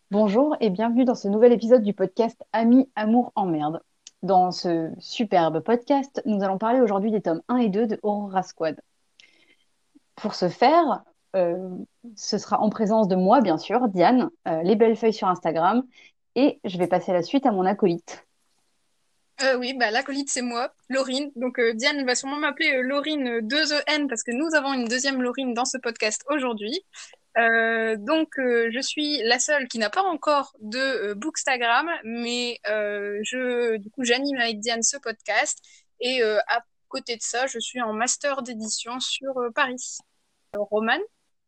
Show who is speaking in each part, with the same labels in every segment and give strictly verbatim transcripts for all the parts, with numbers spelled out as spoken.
Speaker 1: Bonjour et bienvenue dans ce nouvel épisode du podcast Amis, Amour, Emmerde. Dans ce superbe podcast, nous allons parler aujourd'hui des tomes un et deux de Aurora Squad. Pour ce faire, euh, ce sera en présence de moi, bien sûr, Diane, euh, les belles feuilles sur Instagram, et je vais passer la suite à mon acolyte.
Speaker 2: Euh, oui, bah, l'acolyte, c'est moi, Laurine. Donc, euh, Diane va sûrement m'appeler euh, Laurine deux E N parce que nous avons une deuxième Laurine dans ce podcast aujourd'hui. Euh, donc, euh, je suis la seule qui n'a pas encore de euh, Bookstagram, mais euh, je, du coup, j'anime avec Diane ce podcast. Et euh, à côté de ça, je suis en master d'édition sur euh, Paris. Euh, Romane?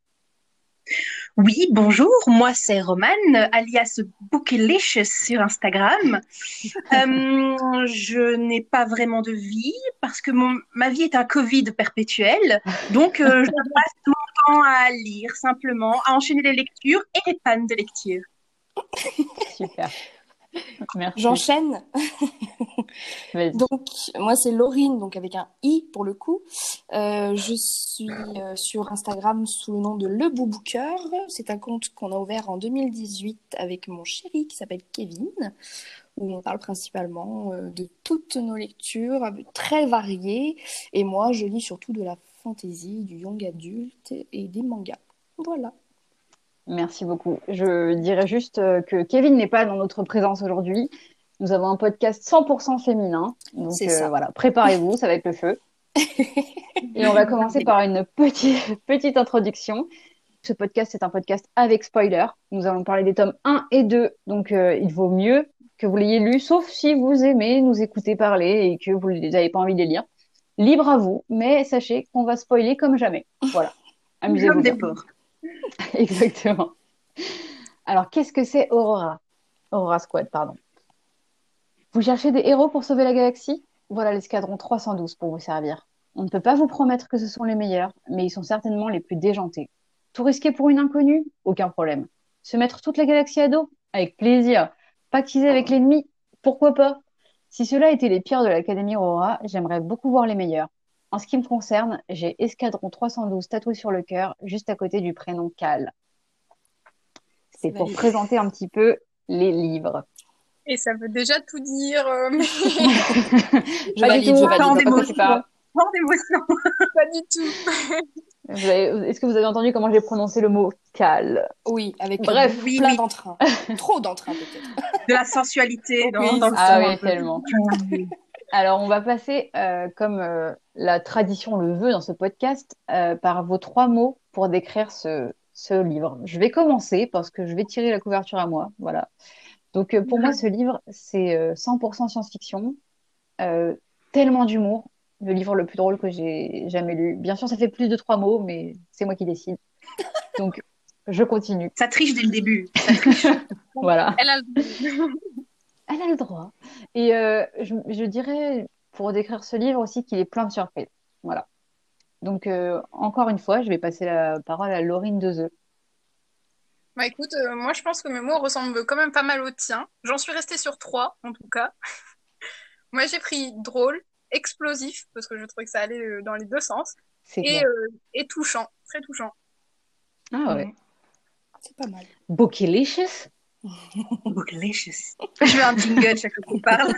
Speaker 3: Oui, bonjour, moi c'est Romane, alias Bookelicious sur Instagram. Euh, je n'ai pas vraiment de vie parce que mon, ma vie est un Covid perpétuel, donc euh, je passe mon temps à lire simplement, à enchaîner les lectures et les pannes de lecture.
Speaker 1: Super, merci.
Speaker 4: J'enchaîne.
Speaker 1: Vas-y.
Speaker 4: Donc, moi, c'est Laurine, donc avec un i pour le coup. Euh, je suis euh, sur Instagram sous le nom de Le Boubooker. C'est un compte qu'on a ouvert en deux mille dix-huit avec mon chéri qui s'appelle Kevin, où on parle principalement euh, de toutes nos lectures, euh, très variées. Et moi, je lis surtout de la fantasy, du young adulte et des mangas. Voilà.
Speaker 1: Merci beaucoup. Je dirais juste euh, que Kevin n'est pas dans notre présence aujourd'hui. Nous avons un podcast cent pour cent féminin. Donc
Speaker 4: C'est
Speaker 1: euh,
Speaker 4: ça.
Speaker 1: voilà, préparez-vous, ça va être le feu. Et on va commencer par une petite, petite introduction. Ce podcast est un podcast avec spoiler. Nous allons parler des tomes un et deux. Donc euh, il vaut mieux que vous l'ayez lu, sauf si vous aimez nous écouter parler et que vous n'avez pas envie de les lire. Libre à vous, mais sachez qu'on va spoiler comme jamais. Voilà, amusez-vous
Speaker 3: Comme des
Speaker 1: bien.
Speaker 3: porcs.
Speaker 1: Exactement. Alors, qu'est-ce que c'est Aurora? Aurora Squad, pardon. Vous cherchez des héros pour sauver la galaxie? Voilà l'escadron trois cent douze pour vous servir. On ne peut pas vous promettre que ce sont les meilleurs, mais ils sont certainement les plus déjantés. Tout risquer pour une inconnue? Aucun problème. Se mettre toute la galaxie à dos? Avec plaisir. Pactiser avec l'ennemi? Pourquoi pas? Si ceux-là étaient les pires de l'Académie Aurora, j'aimerais beaucoup voir les meilleurs. En ce qui me concerne, j'ai Escadron trois cent douze tatoué sur le cœur, juste à côté du prénom Cal.
Speaker 4: C'est
Speaker 1: C'est pour
Speaker 4: validé.
Speaker 1: présenter un petit peu les livres.
Speaker 2: Et ça veut déjà tout dire, euh, mais
Speaker 4: Je
Speaker 1: Pas du
Speaker 4: valide, je
Speaker 1: tout,
Speaker 4: valide.
Speaker 3: Tant
Speaker 1: ne t'inquiète
Speaker 3: d'émotions,
Speaker 1: pas.
Speaker 3: tant d'émotions.
Speaker 2: pas du tout.
Speaker 1: Vous avez- Est-ce que vous avez entendu comment j'ai prononcé le mot cal?
Speaker 4: Oui, avec
Speaker 1: Bref.
Speaker 3: Oui,
Speaker 4: plein
Speaker 3: oui,
Speaker 4: d'entrain. Trop d'entrain peut-être.
Speaker 3: de la sensualité dans,
Speaker 4: Oui,
Speaker 3: dans le
Speaker 4: c'est
Speaker 1: Ah
Speaker 3: son
Speaker 4: ça.
Speaker 3: un
Speaker 1: oui,
Speaker 3: peu.
Speaker 1: tellement. Alors, on va passer, euh, comme euh, la tradition le veut dans ce podcast, euh, par vos trois mots pour décrire ce, ce livre. Je vais commencer parce que je vais tirer la couverture à moi. Voilà. Donc, euh, pour moi, ce livre, c'est euh, cent pour cent science-fiction, euh, tellement d'humour, le livre le plus drôle que j'ai jamais lu. Bien sûr, ça fait plus de trois mots, mais c'est moi qui décide. Donc, je continue.
Speaker 3: Ça triche dès le début. Ça triche.
Speaker 1: Voilà.
Speaker 2: Elle a le...
Speaker 1: Elle a le droit. Et euh, je, je dirais, pour décrire ce livre aussi, qu'il est plein de surprises. Voilà. Donc, euh, encore une fois, je vais passer la parole à Laurine Dezeux.
Speaker 2: Bah écoute, euh, moi je pense que mes mots ressemblent quand même pas mal aux tiens. J'en suis restée sur trois, en tout cas. Moi j'ai pris drôle, explosif, parce que je trouvais que ça allait euh, dans les deux sens,
Speaker 1: C'est
Speaker 2: et,
Speaker 1: clair.
Speaker 2: euh, et touchant, très touchant.
Speaker 1: Ah ouais.
Speaker 4: Mhm. C'est pas mal.
Speaker 1: Bookylicious?
Speaker 3: Booklicious. Je veux un jingle chaque fois qu'on parle.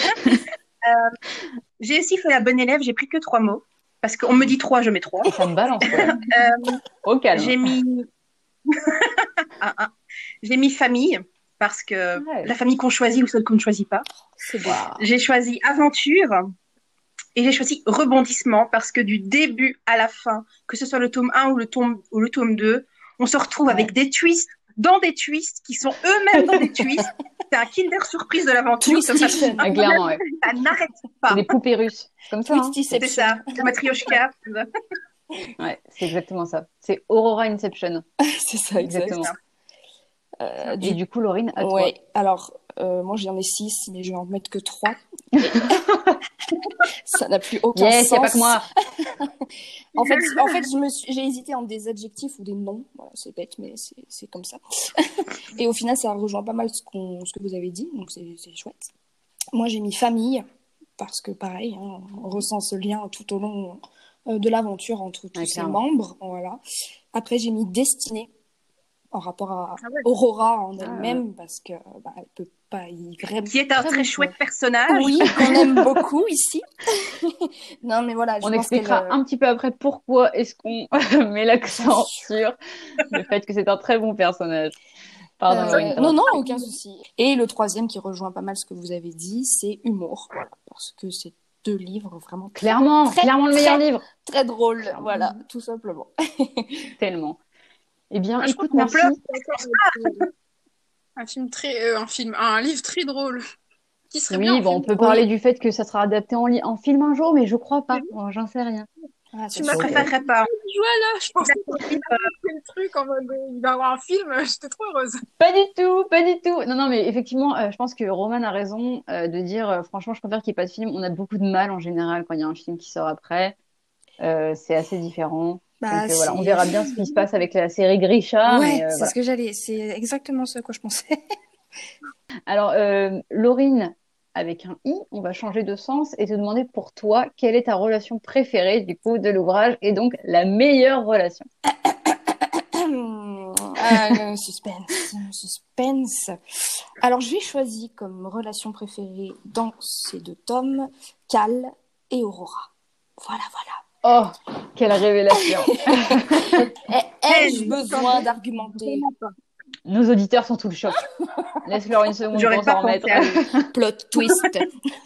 Speaker 3: J'ai aussi fait la bonne élève, j'ai pris que trois mots. Parce qu'on me dit trois, je mets trois.
Speaker 1: Et ça me balance, quoi.
Speaker 3: Euh,
Speaker 1: Au calme.
Speaker 3: j'ai mis un, un. J'ai mis famille, parce que
Speaker 1: Ouais.
Speaker 3: la famille qu'on choisit ou celle qu'on ne choisit pas.
Speaker 4: C'est beau.
Speaker 1: Waouh.
Speaker 3: J'ai choisi aventure et j'ai choisi rebondissement, parce que du début à la fin, que ce soit le tome un ou le tome, ou le tome deux, on se retrouve
Speaker 1: Ouais.
Speaker 3: avec des twists dans des twists qui sont eux-mêmes dans des twists. C'est un Kinder surprise de l'aventure. Ça, ça,
Speaker 4: Twistation.
Speaker 1: Ah, clairement, ouais.
Speaker 3: ça n'arrête
Speaker 1: C'est
Speaker 3: pas.
Speaker 1: des poupées russes. C'est comme ça, hein.
Speaker 3: C'est
Speaker 4: Twistiception.
Speaker 3: ça, le matrioshka.
Speaker 1: Ouais, c'est exactement ça. C'est Aurora Inception.
Speaker 4: C'est ça, exact.
Speaker 1: Exactement.
Speaker 4: Euh,
Speaker 1: Et
Speaker 4: du...
Speaker 1: du coup, Laurine, à toi.
Speaker 4: Ouais, alors, euh, moi j'en ai six, mais je vais en mettre que trois. Ça n'a plus aucun
Speaker 1: Yes, y a
Speaker 4: sens.
Speaker 1: pas que moi.
Speaker 4: En fait, en fait je me suis... j'ai hésité entre des adjectifs ou des noms. Voilà, c'est bête, mais c'est, c'est comme ça. Et au final, ça rejoint pas mal ce, qu'on... ce que vous avez dit, donc c'est, c'est chouette. Moi, j'ai mis famille, parce que pareil, hein, on ressent ce lien tout au long euh, de l'aventure entre tous
Speaker 1: Ouais,
Speaker 4: ses
Speaker 1: clairement.
Speaker 4: membres. Voilà. Après, j'ai mis destinée, en rapport à
Speaker 2: Ah ouais.
Speaker 4: Aurora en
Speaker 1: Ah,
Speaker 4: elle-même, parce que bah, elle peut pas y vraiment.
Speaker 3: Qui est un
Speaker 1: Très
Speaker 3: très
Speaker 1: bon
Speaker 3: chouette
Speaker 1: choix.
Speaker 3: personnage.
Speaker 4: Oui, qu'on aime beaucoup ici. Non, mais voilà, je
Speaker 1: On
Speaker 4: pense qu'elle.
Speaker 1: expliquera
Speaker 4: euh,
Speaker 1: un petit peu après pourquoi est-ce qu'on met
Speaker 4: Bien
Speaker 1: l'accent
Speaker 4: sûr.
Speaker 1: sur le fait que c'est un très bon personnage. Pardon, Laurine,
Speaker 4: Euh,
Speaker 1: t'as
Speaker 4: non, non,
Speaker 1: repris.
Speaker 4: aucun souci. Et le troisième qui rejoint pas mal ce que vous avez dit, c'est humour. Voilà, parce que c'est deux livres vraiment très,
Speaker 1: Clairement,
Speaker 4: très,
Speaker 1: clairement le meilleur
Speaker 4: très,
Speaker 1: livre.
Speaker 4: très drôles.
Speaker 1: Clairement,
Speaker 4: Voilà, tout simplement.
Speaker 1: tellement. Eh bien,
Speaker 2: Moi, je pense
Speaker 1: écoute,
Speaker 2: qu'on
Speaker 3: On pleure.
Speaker 1: merci.
Speaker 2: est d'accord avec, euh, un film très, euh, un film, un livre très drôle qui serait bien
Speaker 1: Oui,
Speaker 2: en
Speaker 1: bon, on
Speaker 2: film.
Speaker 1: peut
Speaker 4: Oui.
Speaker 1: parler du fait que ça sera adapté en, li- en film un jour, mais je crois pas. Bon, j'en sais rien.
Speaker 4: Ah,
Speaker 2: Tu
Speaker 4: c'est
Speaker 3: Je
Speaker 2: m'as
Speaker 1: Donc,
Speaker 2: fait
Speaker 1: euh,
Speaker 3: préférerais pas.
Speaker 2: voilà, je pensais qu'on avait fait le truc en mode euh, il va y avoir un film, j'étais trop heureuse.
Speaker 1: pas du tout, pas du tout. Non, non, mais effectivement, euh, je pense que Roman a raison euh, de dire, euh, franchement, je préfère qu'il n'y ait pas de film. On a beaucoup de mal en général quand il y a un film qui sort après. Euh, c'est assez différent.
Speaker 4: Bah,
Speaker 1: Donc euh, voilà, on
Speaker 4: c'est.
Speaker 1: verra bien ce qui se passe avec la série Grisha, mais
Speaker 4: Ouais,
Speaker 1: euh,
Speaker 4: c'est ce
Speaker 1: voilà.
Speaker 4: que j'allais. C'est exactement ce à quoi je pensais.
Speaker 1: Alors, euh, Laurine, avec un i, on va changer de sens et te demander pour toi, quelle est ta relation préférée du coup de l'ouvrage et donc la meilleure relation.
Speaker 4: Ah, suspense, suspense. Alors, j'ai choisi comme relation préférée dans ces deux tomes Cal et Aurora. Voilà,
Speaker 1: Oh, quelle révélation!
Speaker 4: voilà.
Speaker 3: Eh,
Speaker 4: Ai-je
Speaker 3: je
Speaker 4: besoin
Speaker 3: m'attendais
Speaker 4: d'argumenter?
Speaker 3: vraiment pas.
Speaker 1: Nos auditeurs sont sous le choc. Laisse-leur une seconde
Speaker 3: J'aurais
Speaker 1: pour
Speaker 3: pas
Speaker 1: s'en remettre.
Speaker 3: pensé à eux.
Speaker 4: Plot twist.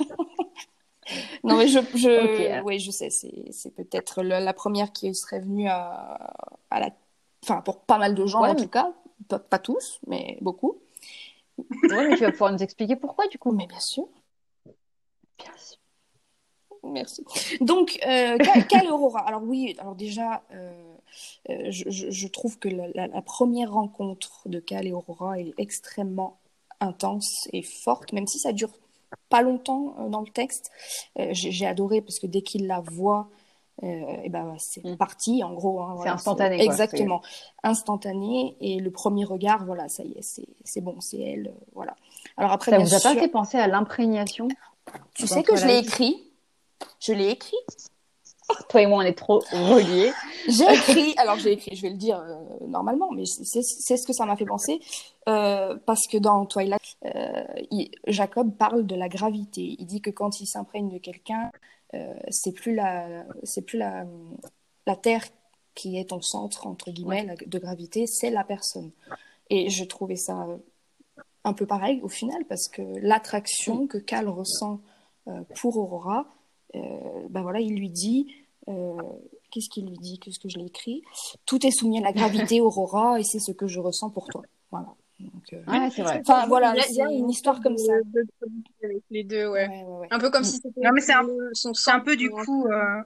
Speaker 4: Non, mais je, je,
Speaker 1: Ok.
Speaker 4: oui, je sais, c'est, c'est peut-être la, la première qui serait venue à, à la, enfin, pour pas mal de gens
Speaker 1: Ouais,
Speaker 4: en tout
Speaker 1: mais,
Speaker 4: cas, pas, pas tous, mais beaucoup.
Speaker 1: ouais, mais tu vas pouvoir nous expliquer pourquoi du coup.
Speaker 4: Mais bien sûr.
Speaker 1: Bien sûr.
Speaker 4: Merci. Donc, euh, Cal, Cal et Aurora. Alors oui, alors déjà, euh, euh, je, je- je trouve que la, la- la première rencontre de Cal et Aurora est extrêmement intense et forte, même si ça dure pas longtemps euh, dans le texte. Euh, j'ai, j'ai adoré parce que dès qu'il la voit, euh, et ben c'est
Speaker 1: Mm.
Speaker 4: parti en gros. Hein,
Speaker 1: C'est
Speaker 4: voilà, c'est
Speaker 1: instantané quoi. C'est...
Speaker 4: exactement instantané et le premier regard, voilà, ça y est, c'est, c'est bon, c'est elle, euh, voilà. Alors après,
Speaker 1: Ça
Speaker 4: bien
Speaker 1: vous a pas
Speaker 4: sûr,
Speaker 1: fait penser à l'imprégnation
Speaker 4: tu
Speaker 1: dans
Speaker 4: sais que je l'ai
Speaker 1: Twilight?
Speaker 4: écrit. Je l'ai écrit.
Speaker 1: Toi et moi, on est trop reliés.
Speaker 4: J'ai écrit, alors j'ai écrit, je vais le dire euh, normalement, mais c'est c'est ce que ça m'a fait penser, euh, parce que dans Twilight, euh, il- Jacob parle de la gravité. Il dit que quand il s'imprègne de quelqu'un, euh, c'est plus la, c'est plus la, la Terre qui est ton centre, entre guillemets,
Speaker 1: Ouais.
Speaker 4: la- de gravité, c'est la personne. Et je trouvais ça un peu pareil au final, parce que
Speaker 1: Mm.
Speaker 4: l'attraction que Cal ressent euh, pour Aurora, euh, ben voilà, il lui dit, euh, qu'est-ce qu'il lui dit, qu'est-ce que je l'ai écrit, tout est soumis à la gravité, Aurora, et c'est ce que je ressens pour toi. Voilà. Donc, euh,
Speaker 2: Oui,
Speaker 1: Ouais, c'est
Speaker 2: c'est ça.
Speaker 1: vrai.
Speaker 4: enfin
Speaker 2: Il
Speaker 4: voilà,
Speaker 2: y a, il y
Speaker 4: c'est
Speaker 2: a
Speaker 4: une
Speaker 2: une
Speaker 4: histoire
Speaker 2: histoire
Speaker 4: comme ça.
Speaker 2: de, de produit avec les deux, ouais.
Speaker 4: Ouais, ouais, ouais.
Speaker 2: Un peu comme
Speaker 1: Mm.
Speaker 2: si c'était
Speaker 3: Non, mais c'est un,
Speaker 2: le- son
Speaker 3: c'est
Speaker 2: sang.
Speaker 3: un peu du
Speaker 2: un
Speaker 3: coup
Speaker 2: peu-
Speaker 3: euh,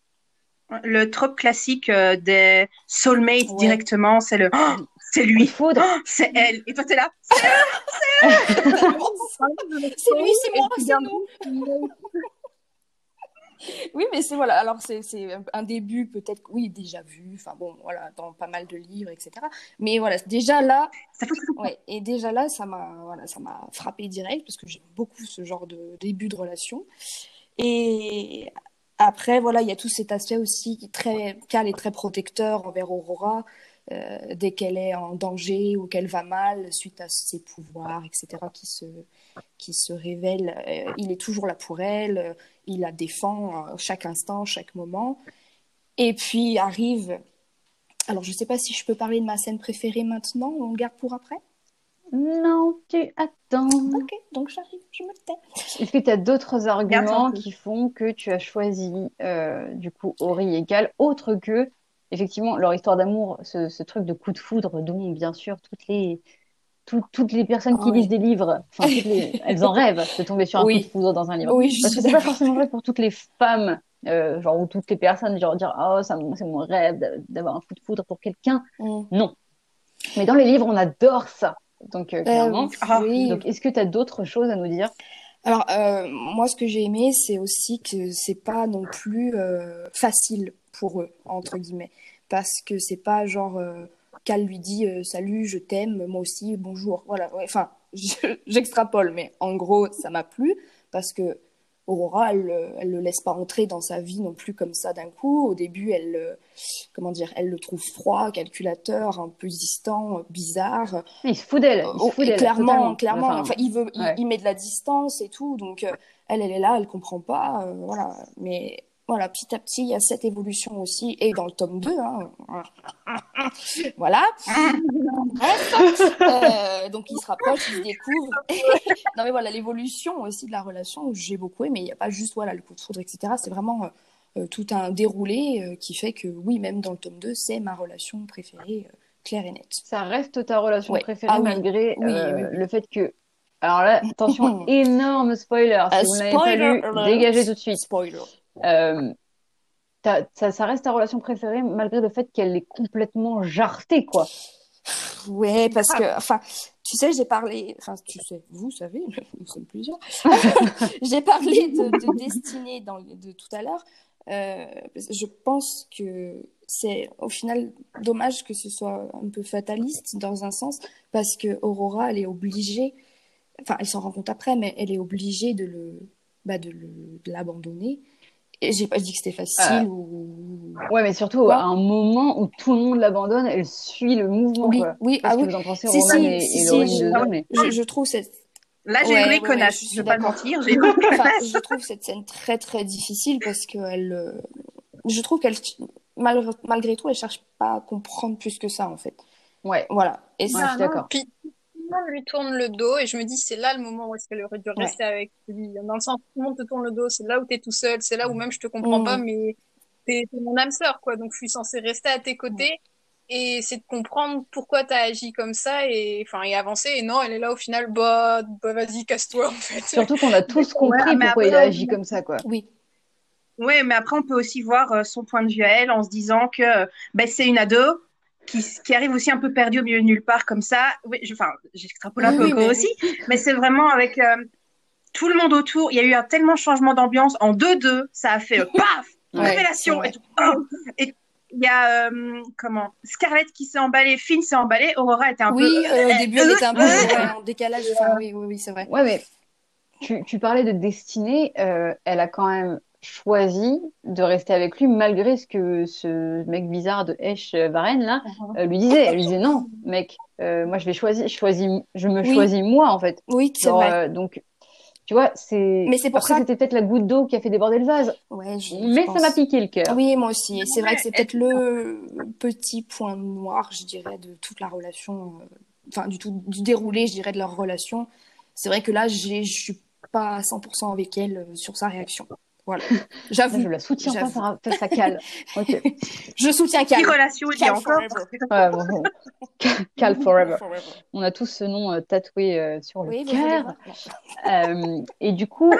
Speaker 3: le trope classique euh, des soulmates
Speaker 4: Ouais.
Speaker 3: directement. C'est le oh,
Speaker 1: Oui.
Speaker 3: c'est
Speaker 1: Coup de
Speaker 3: lui,
Speaker 1: foudre.
Speaker 3: oh, c'est elle. Et toi, t'es là.
Speaker 4: Totalement.
Speaker 2: Vraiment de notre
Speaker 4: C'est lui,
Speaker 2: soul,
Speaker 4: c'est
Speaker 2: et
Speaker 4: moi,
Speaker 2: tu
Speaker 4: c'est
Speaker 2: gardes
Speaker 4: nous.
Speaker 2: juste une-
Speaker 4: Oui, mais c'est voilà. Alors c'est c'est un- un début peut-être, oui, déjà vu. Enfin bon, voilà, dans pas mal de livres, et cetera. Mais voilà, déjà là,
Speaker 3: Ça fait
Speaker 4: ouais, et déjà là, ça m'a voilà, ça m'a frappé direct parce que j'aime beaucoup ce genre de début de relation. Et après, voilà, il y a tout cet aspect aussi qui est très Cal est très protecteur envers Aurora euh, dès qu'elle est en danger ou qu'elle va mal suite à ses pouvoirs, et cetera qui se qui se révèlent. Euh, il est toujours là pour elle, euh, il la défend euh, chaque instant, chaque moment. Et puis arrive. Alors, je sais pas si je peux parler de ma scène préférée maintenant, ou on le garde pour après.
Speaker 1: Non, tu attends.
Speaker 4: Ok, donc j'arrive, je me tais.
Speaker 1: Est-ce que tu as d'autres
Speaker 3: bien
Speaker 1: arguments
Speaker 3: senti.
Speaker 1: qui font que tu as choisi euh, du coup Ori et Cal, autre que effectivement leur histoire d'amour, ce, ce truc de coup de foudre dont bien sûr toutes les tout- toutes les personnes
Speaker 4: Ah
Speaker 1: qui lisent
Speaker 4: oui.
Speaker 1: des livres, enfin toutes les, elles en rêvent de tomber sur un coup de
Speaker 4: Oui,
Speaker 1: foudre dans un livre.
Speaker 4: oui, je
Speaker 1: Parce
Speaker 4: suis
Speaker 1: que c'est pas
Speaker 4: d'accord.
Speaker 1: forcément vrai pour toutes les femmes, euh, genre ou toutes les personnes, genre dire oh ça m- c'est mon rêve d'a- d'avoir un coup de foudre pour quelqu'un.
Speaker 4: Mm.
Speaker 1: Non. Mais dans les livres on adore ça. Donc euh,
Speaker 4: Euh,
Speaker 1: clairement.
Speaker 3: Ah,
Speaker 4: oui.
Speaker 1: Donc est-ce que tu as d'autres choses à nous dire?
Speaker 4: Alors, euh, moi, ce que j'ai aimé, c'est aussi que c'est pas non plus euh, facile pour eux, entre guillemets. Parce que c'est pas genre, euh, Cal lui dit euh, salut, je t'aime, moi aussi, bonjour. Voilà, ouais, enfin, je- j'extrapole, mais en gros, ça m'a plu parce que Aurora, elle, euh, elle le laisse pas entrer dans sa vie non plus comme ça d'un coup. Au début, elle, euh, comment dire, elle le trouve froid, calculateur, un peu distant, euh, bizarre.
Speaker 1: Il se fout d'elle, il se
Speaker 4: Oh,
Speaker 1: fout
Speaker 4: et
Speaker 1: d'elle,
Speaker 4: clairement,
Speaker 1: totalement.
Speaker 4: clairement.
Speaker 1: Enfin,
Speaker 4: Enfin, il veut, il,
Speaker 1: ouais.
Speaker 4: il met de la distance et tout. Donc, euh, elle, elle est là, elle comprend pas. euh, voilà. Mais voilà, petit à petit, il y a cette évolution aussi. Et dans le tome deux, hein, voilà. Bref, euh, donc ils se rapprochent, ils se découvrent. Non mais voilà, l'évolution aussi de la relation, j'ai beaucoup aimé. Il n'y a pas juste voilà, le coup de foudre, et cetera. C'est vraiment euh, tout un déroulé euh, qui fait que oui, même dans le tome deux, c'est ma relation préférée, euh, claire et nette.
Speaker 1: Ça reste ta relation
Speaker 4: Ouais.
Speaker 1: préférée
Speaker 4: Ah oui.
Speaker 1: malgré
Speaker 4: Oui,
Speaker 1: euh,
Speaker 4: oui, oui.
Speaker 1: le fait que... Alors là, attention, énorme spoiler. Si
Speaker 4: A
Speaker 1: vous ne l'avez pas
Speaker 4: spoiler
Speaker 1: lu,
Speaker 4: alert.
Speaker 1: dégagez tout de suite.
Speaker 4: Spoiler.
Speaker 1: Euh, t'as- ça, ça reste ta relation préférée malgré le fait qu'elle est complètement jartée, quoi.
Speaker 4: Ouais, parce que, enfin, tu sais, j'ai parlé, enfin, tu sais, vous savez, nous sommes plusieurs. J'ai parlé de, de destinée dans, de tout à l'heure. Euh, je pense que c'est au final dommage que ce soit un peu fataliste dans un sens, parce que Aurora, elle est obligée, enfin, elle s'en rend compte après, mais elle est obligée de le, bah, de le, de l'abandonner. Et j'ai pas dit que c'était facile
Speaker 1: Euh,
Speaker 4: ou.
Speaker 1: Ouais, mais surtout,
Speaker 4: Quoi
Speaker 1: à un moment où tout le monde l'abandonne, elle suit le mouvement,
Speaker 4: Oui,
Speaker 1: quoi.
Speaker 4: oui,
Speaker 1: Je sais pas ce
Speaker 4: ah
Speaker 1: que
Speaker 4: oui.
Speaker 1: vous en pensez,
Speaker 4: Si,
Speaker 1: Roman
Speaker 4: si,
Speaker 1: et,
Speaker 4: si,
Speaker 1: et
Speaker 4: si,
Speaker 1: Laurine
Speaker 4: je,
Speaker 1: dedans, mais...
Speaker 4: je, je trouve cette.
Speaker 3: Là, j'ai
Speaker 4: Ouais,
Speaker 3: eu les
Speaker 4: ouais, ouais,
Speaker 3: connasses,
Speaker 4: je
Speaker 3: je
Speaker 4: suis
Speaker 3: vais pas
Speaker 4: d'accord.
Speaker 3: mentir, j'ai eu les
Speaker 4: Enfin,
Speaker 3: connasses.
Speaker 4: je trouve cette scène très très difficile parce que elle, euh, je trouve qu'elle, mal- malgré tout, elle cherche pas à comprendre plus que ça en fait.
Speaker 1: Ouais,
Speaker 4: Voilà. Et
Speaker 1: ouais,
Speaker 4: c'est-
Speaker 1: je suis
Speaker 2: Ah non,
Speaker 1: d'accord.
Speaker 2: puis tout le monde lui tourne le dos et je me dis c'est là le moment où est-ce qu'elle aurait dû
Speaker 4: ouais.
Speaker 2: rester avec lui. Dans le sens tout le monde te tourne le dos, c'est là où t'es tout seul, c'est là où même je te comprends pas,
Speaker 4: Mm.
Speaker 2: mais t'es t'es mon âme sœur quoi, donc je suis censée rester à tes côtés et c'est de comprendre pourquoi t'as agi comme ça et enfin et avancer. Et non, elle est là au final, bah, bah vas-y casse-toi en fait.
Speaker 1: Surtout qu'on a tous
Speaker 3: Ouais,
Speaker 1: compris
Speaker 3: mais
Speaker 1: pourquoi
Speaker 3: après,
Speaker 1: il a
Speaker 3: on...
Speaker 1: agi comme ça, quoi.
Speaker 4: Oui.
Speaker 3: ouais, mais après, on peut aussi voir euh, son point de vue à elle en se disant que euh, ben, c'est une ado qui, qui arrive aussi un peu perdue au milieu de nulle part comme ça. Oui, je, enfin, j'extrapole un
Speaker 4: Oui,
Speaker 3: peu
Speaker 4: oui,
Speaker 3: encore
Speaker 4: mais
Speaker 3: aussi,
Speaker 4: oui.
Speaker 3: mais c'est vraiment avec euh, tout le monde autour. Il y a eu un tellement changement d'ambiance en deux deux, ça a fait euh, paf,
Speaker 1: Ouais.
Speaker 4: C'est
Speaker 3: révélation et
Speaker 4: vrai.
Speaker 3: tout. Oh et il y a euh, comment Scarlett qui s'est emballée, Finn s'est emballée, Aurora était un peu
Speaker 4: Oui, euh, au début, elle était un peu
Speaker 3: euh,
Speaker 4: ouais, en décalage. Enfin, oui, oui, oui, c'est vrai.
Speaker 1: Ouais, mais tu, tu parlais de destinée, euh, elle a quand même choisi de rester avec lui malgré ce que ce mec bizarre de Esh euh, Varenne, là, euh, lui disait. Elle lui disait non, mec, euh, moi je vais choisir, je choisis, je me
Speaker 4: Oui,
Speaker 1: choisis moi, en fait.
Speaker 4: oui, c'est
Speaker 1: Genre,
Speaker 4: vrai.
Speaker 1: euh, donc, tu vois, c'est...
Speaker 4: Mais c'est pour
Speaker 1: Après,
Speaker 4: ça.
Speaker 1: c'était peut-être la goutte d'eau qui a fait déborder le vase,
Speaker 4: Ouais, je, je
Speaker 1: mais ça m'a
Speaker 4: pense.
Speaker 1: piqué le cœur.
Speaker 4: Oui, moi aussi. Et c'est vrai que c'est
Speaker 3: ouais,
Speaker 4: peut-être le petit point noir, je dirais, de toute la relation, euh, enfin, du tout, du déroulé, je dirais, de leur relation. C'est vrai que là, j'ai, je suis pas à cent pour cent avec elle euh, sur sa réaction. Voilà.
Speaker 1: Là, je
Speaker 4: J'avoue.
Speaker 1: la soutiens pas,
Speaker 4: J'avoue.
Speaker 1: ça, ça, ça cale. Ok.
Speaker 4: Je soutiens
Speaker 3: qui
Speaker 4: Cal.
Speaker 3: relation il y a
Speaker 4: Cal
Speaker 3: encore
Speaker 4: forever.
Speaker 1: Ouais, bon, bon. Cal forever.
Speaker 4: Forever.
Speaker 1: On a tous ce nom euh, tatoué euh, sur le
Speaker 4: Oui, vous voulez
Speaker 1: cœur.
Speaker 4: voir? Non.
Speaker 1: Euh, et du coup,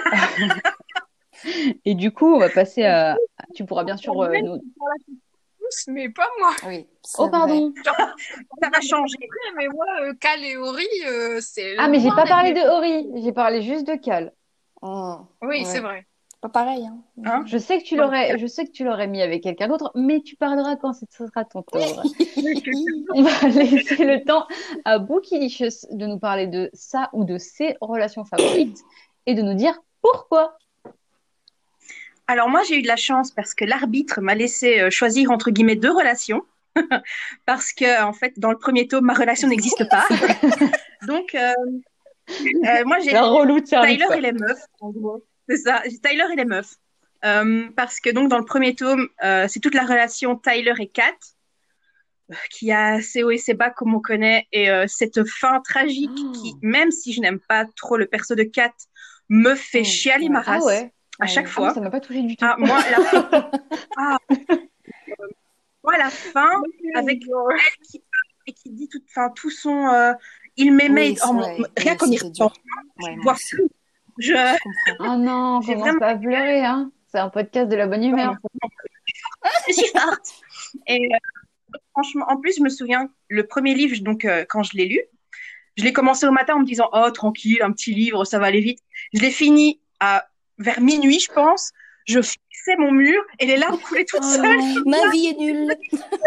Speaker 1: et du coup, on va passer à. Tu pourras bien sûr euh, nous.
Speaker 2: tous, mais pas moi.
Speaker 4: Oui, c'est
Speaker 1: Oh
Speaker 4: vrai.
Speaker 1: pardon.
Speaker 3: Ça va changer.
Speaker 2: Mais moi, euh, Cal et Ori, euh, c'est
Speaker 1: Ah mais j'ai
Speaker 2: loin
Speaker 1: pas
Speaker 2: d'être
Speaker 1: parlé
Speaker 2: mes-
Speaker 1: de Ori, j'ai parlé juste de Cal.
Speaker 4: Oh,
Speaker 2: Oui,
Speaker 4: ouais.
Speaker 2: c'est vrai.
Speaker 4: Pas pareil, hein.
Speaker 3: Hein
Speaker 1: Je sais que tu l'aurais, je sais que tu l'aurais mis avec quelqu'un d'autre, mais tu parleras quand ce sera ton tour. On va laisser le temps à Bookylicious de nous parler de sa ou de ses relations favorites et de nous dire pourquoi.
Speaker 3: Alors moi j'ai eu de la chance parce que l'arbitre m'a laissé euh, choisir entre guillemets deux relations parce que en fait dans le premier tome ma relation n'existe pas. Donc euh, euh, moi j'ai
Speaker 1: La relou de service,
Speaker 3: Tyler
Speaker 1: quoi.
Speaker 3: et les meufs en gros. C'est ça, j'ai Tyler et les meufs. Euh, parce que donc dans le premier tome euh, c'est toute la relation Tyler et Kat euh, qui a ses hauts et ses bas comme on connaît et euh, cette fin tragique qui
Speaker 1: Oh.
Speaker 3: même si je n'aime pas trop le perso de Kat me fait
Speaker 4: Mm,
Speaker 3: chialer
Speaker 4: ouais.
Speaker 3: ma
Speaker 1: Ah
Speaker 3: race
Speaker 1: ouais.
Speaker 3: à
Speaker 4: Ah
Speaker 3: chaque
Speaker 4: oui.
Speaker 1: Ah moi
Speaker 3: fois.
Speaker 1: ça m'a pas touché du tout.
Speaker 3: Ah moi la fin, ah, moi la fin avec elle qui et qui dit tout, enfin tout son, euh, il m'aimait,
Speaker 4: Oui,
Speaker 3: oh,
Speaker 4: c'est
Speaker 3: mon-
Speaker 4: vrai.
Speaker 3: rien
Speaker 4: Oui,
Speaker 3: qu'en y
Speaker 4: c'était dur.
Speaker 3: repensant,
Speaker 4: Ouais,
Speaker 3: je
Speaker 4: moi
Speaker 3: vois
Speaker 4: aussi.
Speaker 3: tout. Je,
Speaker 4: Je comprends.
Speaker 1: Oh non,
Speaker 3: j'ai
Speaker 1: commence
Speaker 3: vraiment,
Speaker 1: pas à pleurer, hein. C'est un podcast de la bonne
Speaker 3: non,
Speaker 1: humeur.
Speaker 3: non, non, je suis forte. Et euh, franchement, en plus, je me souviens, le premier livre, donc euh, quand je l'ai lu, je l'ai commencé au matin en me disant, oh tranquille, un petit livre, ça va aller vite. Je l'ai fini à vers minuit, je pense. Je fixais mon mur et les larmes coulaient toutes
Speaker 1: Oh
Speaker 3: seules.
Speaker 1: non.
Speaker 4: Ma vie est nulle.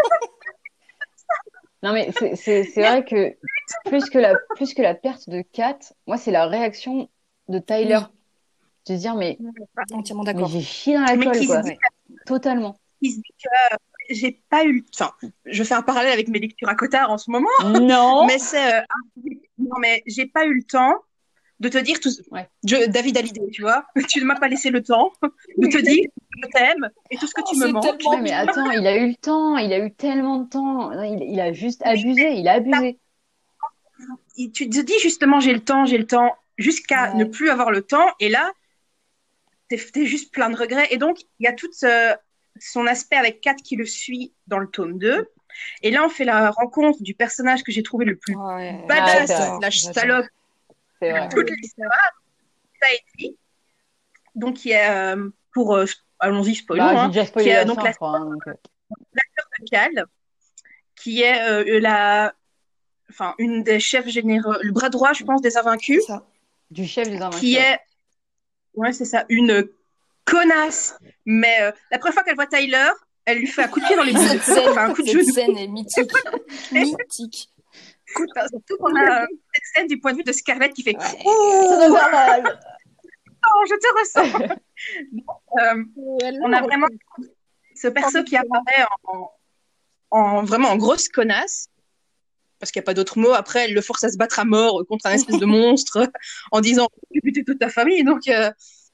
Speaker 1: Non mais c'est c'est c'est vrai que plus que la plus que la perte de Kat, moi c'est la réaction de Tyler.
Speaker 4: Oui.
Speaker 1: te dire, mais,
Speaker 4: Entièrement
Speaker 1: mais
Speaker 4: d'accord.
Speaker 1: j'ai chié dans la
Speaker 3: Mais
Speaker 1: colle,
Speaker 3: qui se
Speaker 1: quoi.
Speaker 3: dit,
Speaker 4: Ouais.
Speaker 1: Totalement.
Speaker 3: qui se dit que euh, j'ai pas eu, enfin, je fais un parallèle avec mes lectures à Cotard en ce moment,
Speaker 1: Non.
Speaker 3: mais c'est, euh, non, mais j'ai pas eu le temps de te dire tout,
Speaker 1: Ouais.
Speaker 3: je, David Hallyday, tu vois, tu ne m'as pas laissé le temps de te dire je t'aime et tout ce que
Speaker 4: Oh,
Speaker 3: tu me
Speaker 4: c'est
Speaker 3: manques.
Speaker 4: tellement
Speaker 1: Ouais, mais
Speaker 4: mignon.
Speaker 1: attends, il a eu le temps, il a eu tellement de temps. Non, Il, il a juste abusé, il a abusé.
Speaker 3: Et tu te dis justement j'ai le temps, j'ai le temps, jusqu'à ne
Speaker 4: Ouais.
Speaker 3: plus avoir le temps, et là, t'es, t'es juste plein de regrets. Et donc, il y a tout ce- son aspect avec Kat qui le suit dans le tome deux. Et là, on fait la rencontre du personnage que j'ai trouvé le plus
Speaker 4: Ouais,
Speaker 1: Ah,
Speaker 3: badass
Speaker 1: c'est vrai.
Speaker 4: j'adore,
Speaker 3: slash
Speaker 4: j'adore.
Speaker 3: salope
Speaker 1: C'est
Speaker 3: de
Speaker 1: vrai.
Speaker 3: toute l'histoire, Saïdi. Donc, qui est, euh, pour, euh, allons-y, spoilons,
Speaker 1: Bah, j'ai
Speaker 3: hein,
Speaker 1: déjà
Speaker 3: qui
Speaker 1: spoilé
Speaker 3: est euh,
Speaker 1: la
Speaker 3: donc
Speaker 1: fin,
Speaker 3: la
Speaker 1: je crois. Hein, donc, euh.
Speaker 3: sœur de Cal, qui est euh, la, enfin, une des chefs généraux, le bras droit, je pense, des
Speaker 4: C'est
Speaker 3: Invaincus,
Speaker 4: ça.
Speaker 1: Du chef des
Speaker 3: qui
Speaker 1: invaincus. Ouais.
Speaker 3: est, ouais, c'est ça, une connasse. Mais euh, la première fois qu'elle voit Tyler, elle lui fait un coup de pied dans les boules.
Speaker 4: Cette scène,
Speaker 3: Enfin, un coup de
Speaker 4: cette
Speaker 3: genou.
Speaker 4: scène est mythique. Mythique.
Speaker 3: Enfin, surtout qu'on a euh, cette scène du point de vue de Scarlett qui fait
Speaker 4: Ouais.
Speaker 3: Oh,
Speaker 1: Ça doit faire mal.
Speaker 3: oh, je te ressens. Euh,
Speaker 2: Et elle
Speaker 3: on
Speaker 2: l'a
Speaker 3: a vraiment ce perso qui apparaît en, en vraiment en grosse connasse, parce qu'il n'y a pas d'autre mot. Après, elle le force à se battre à mort contre un espèce de monstre en disant j'ai buté toute ta famille. Donc, euh,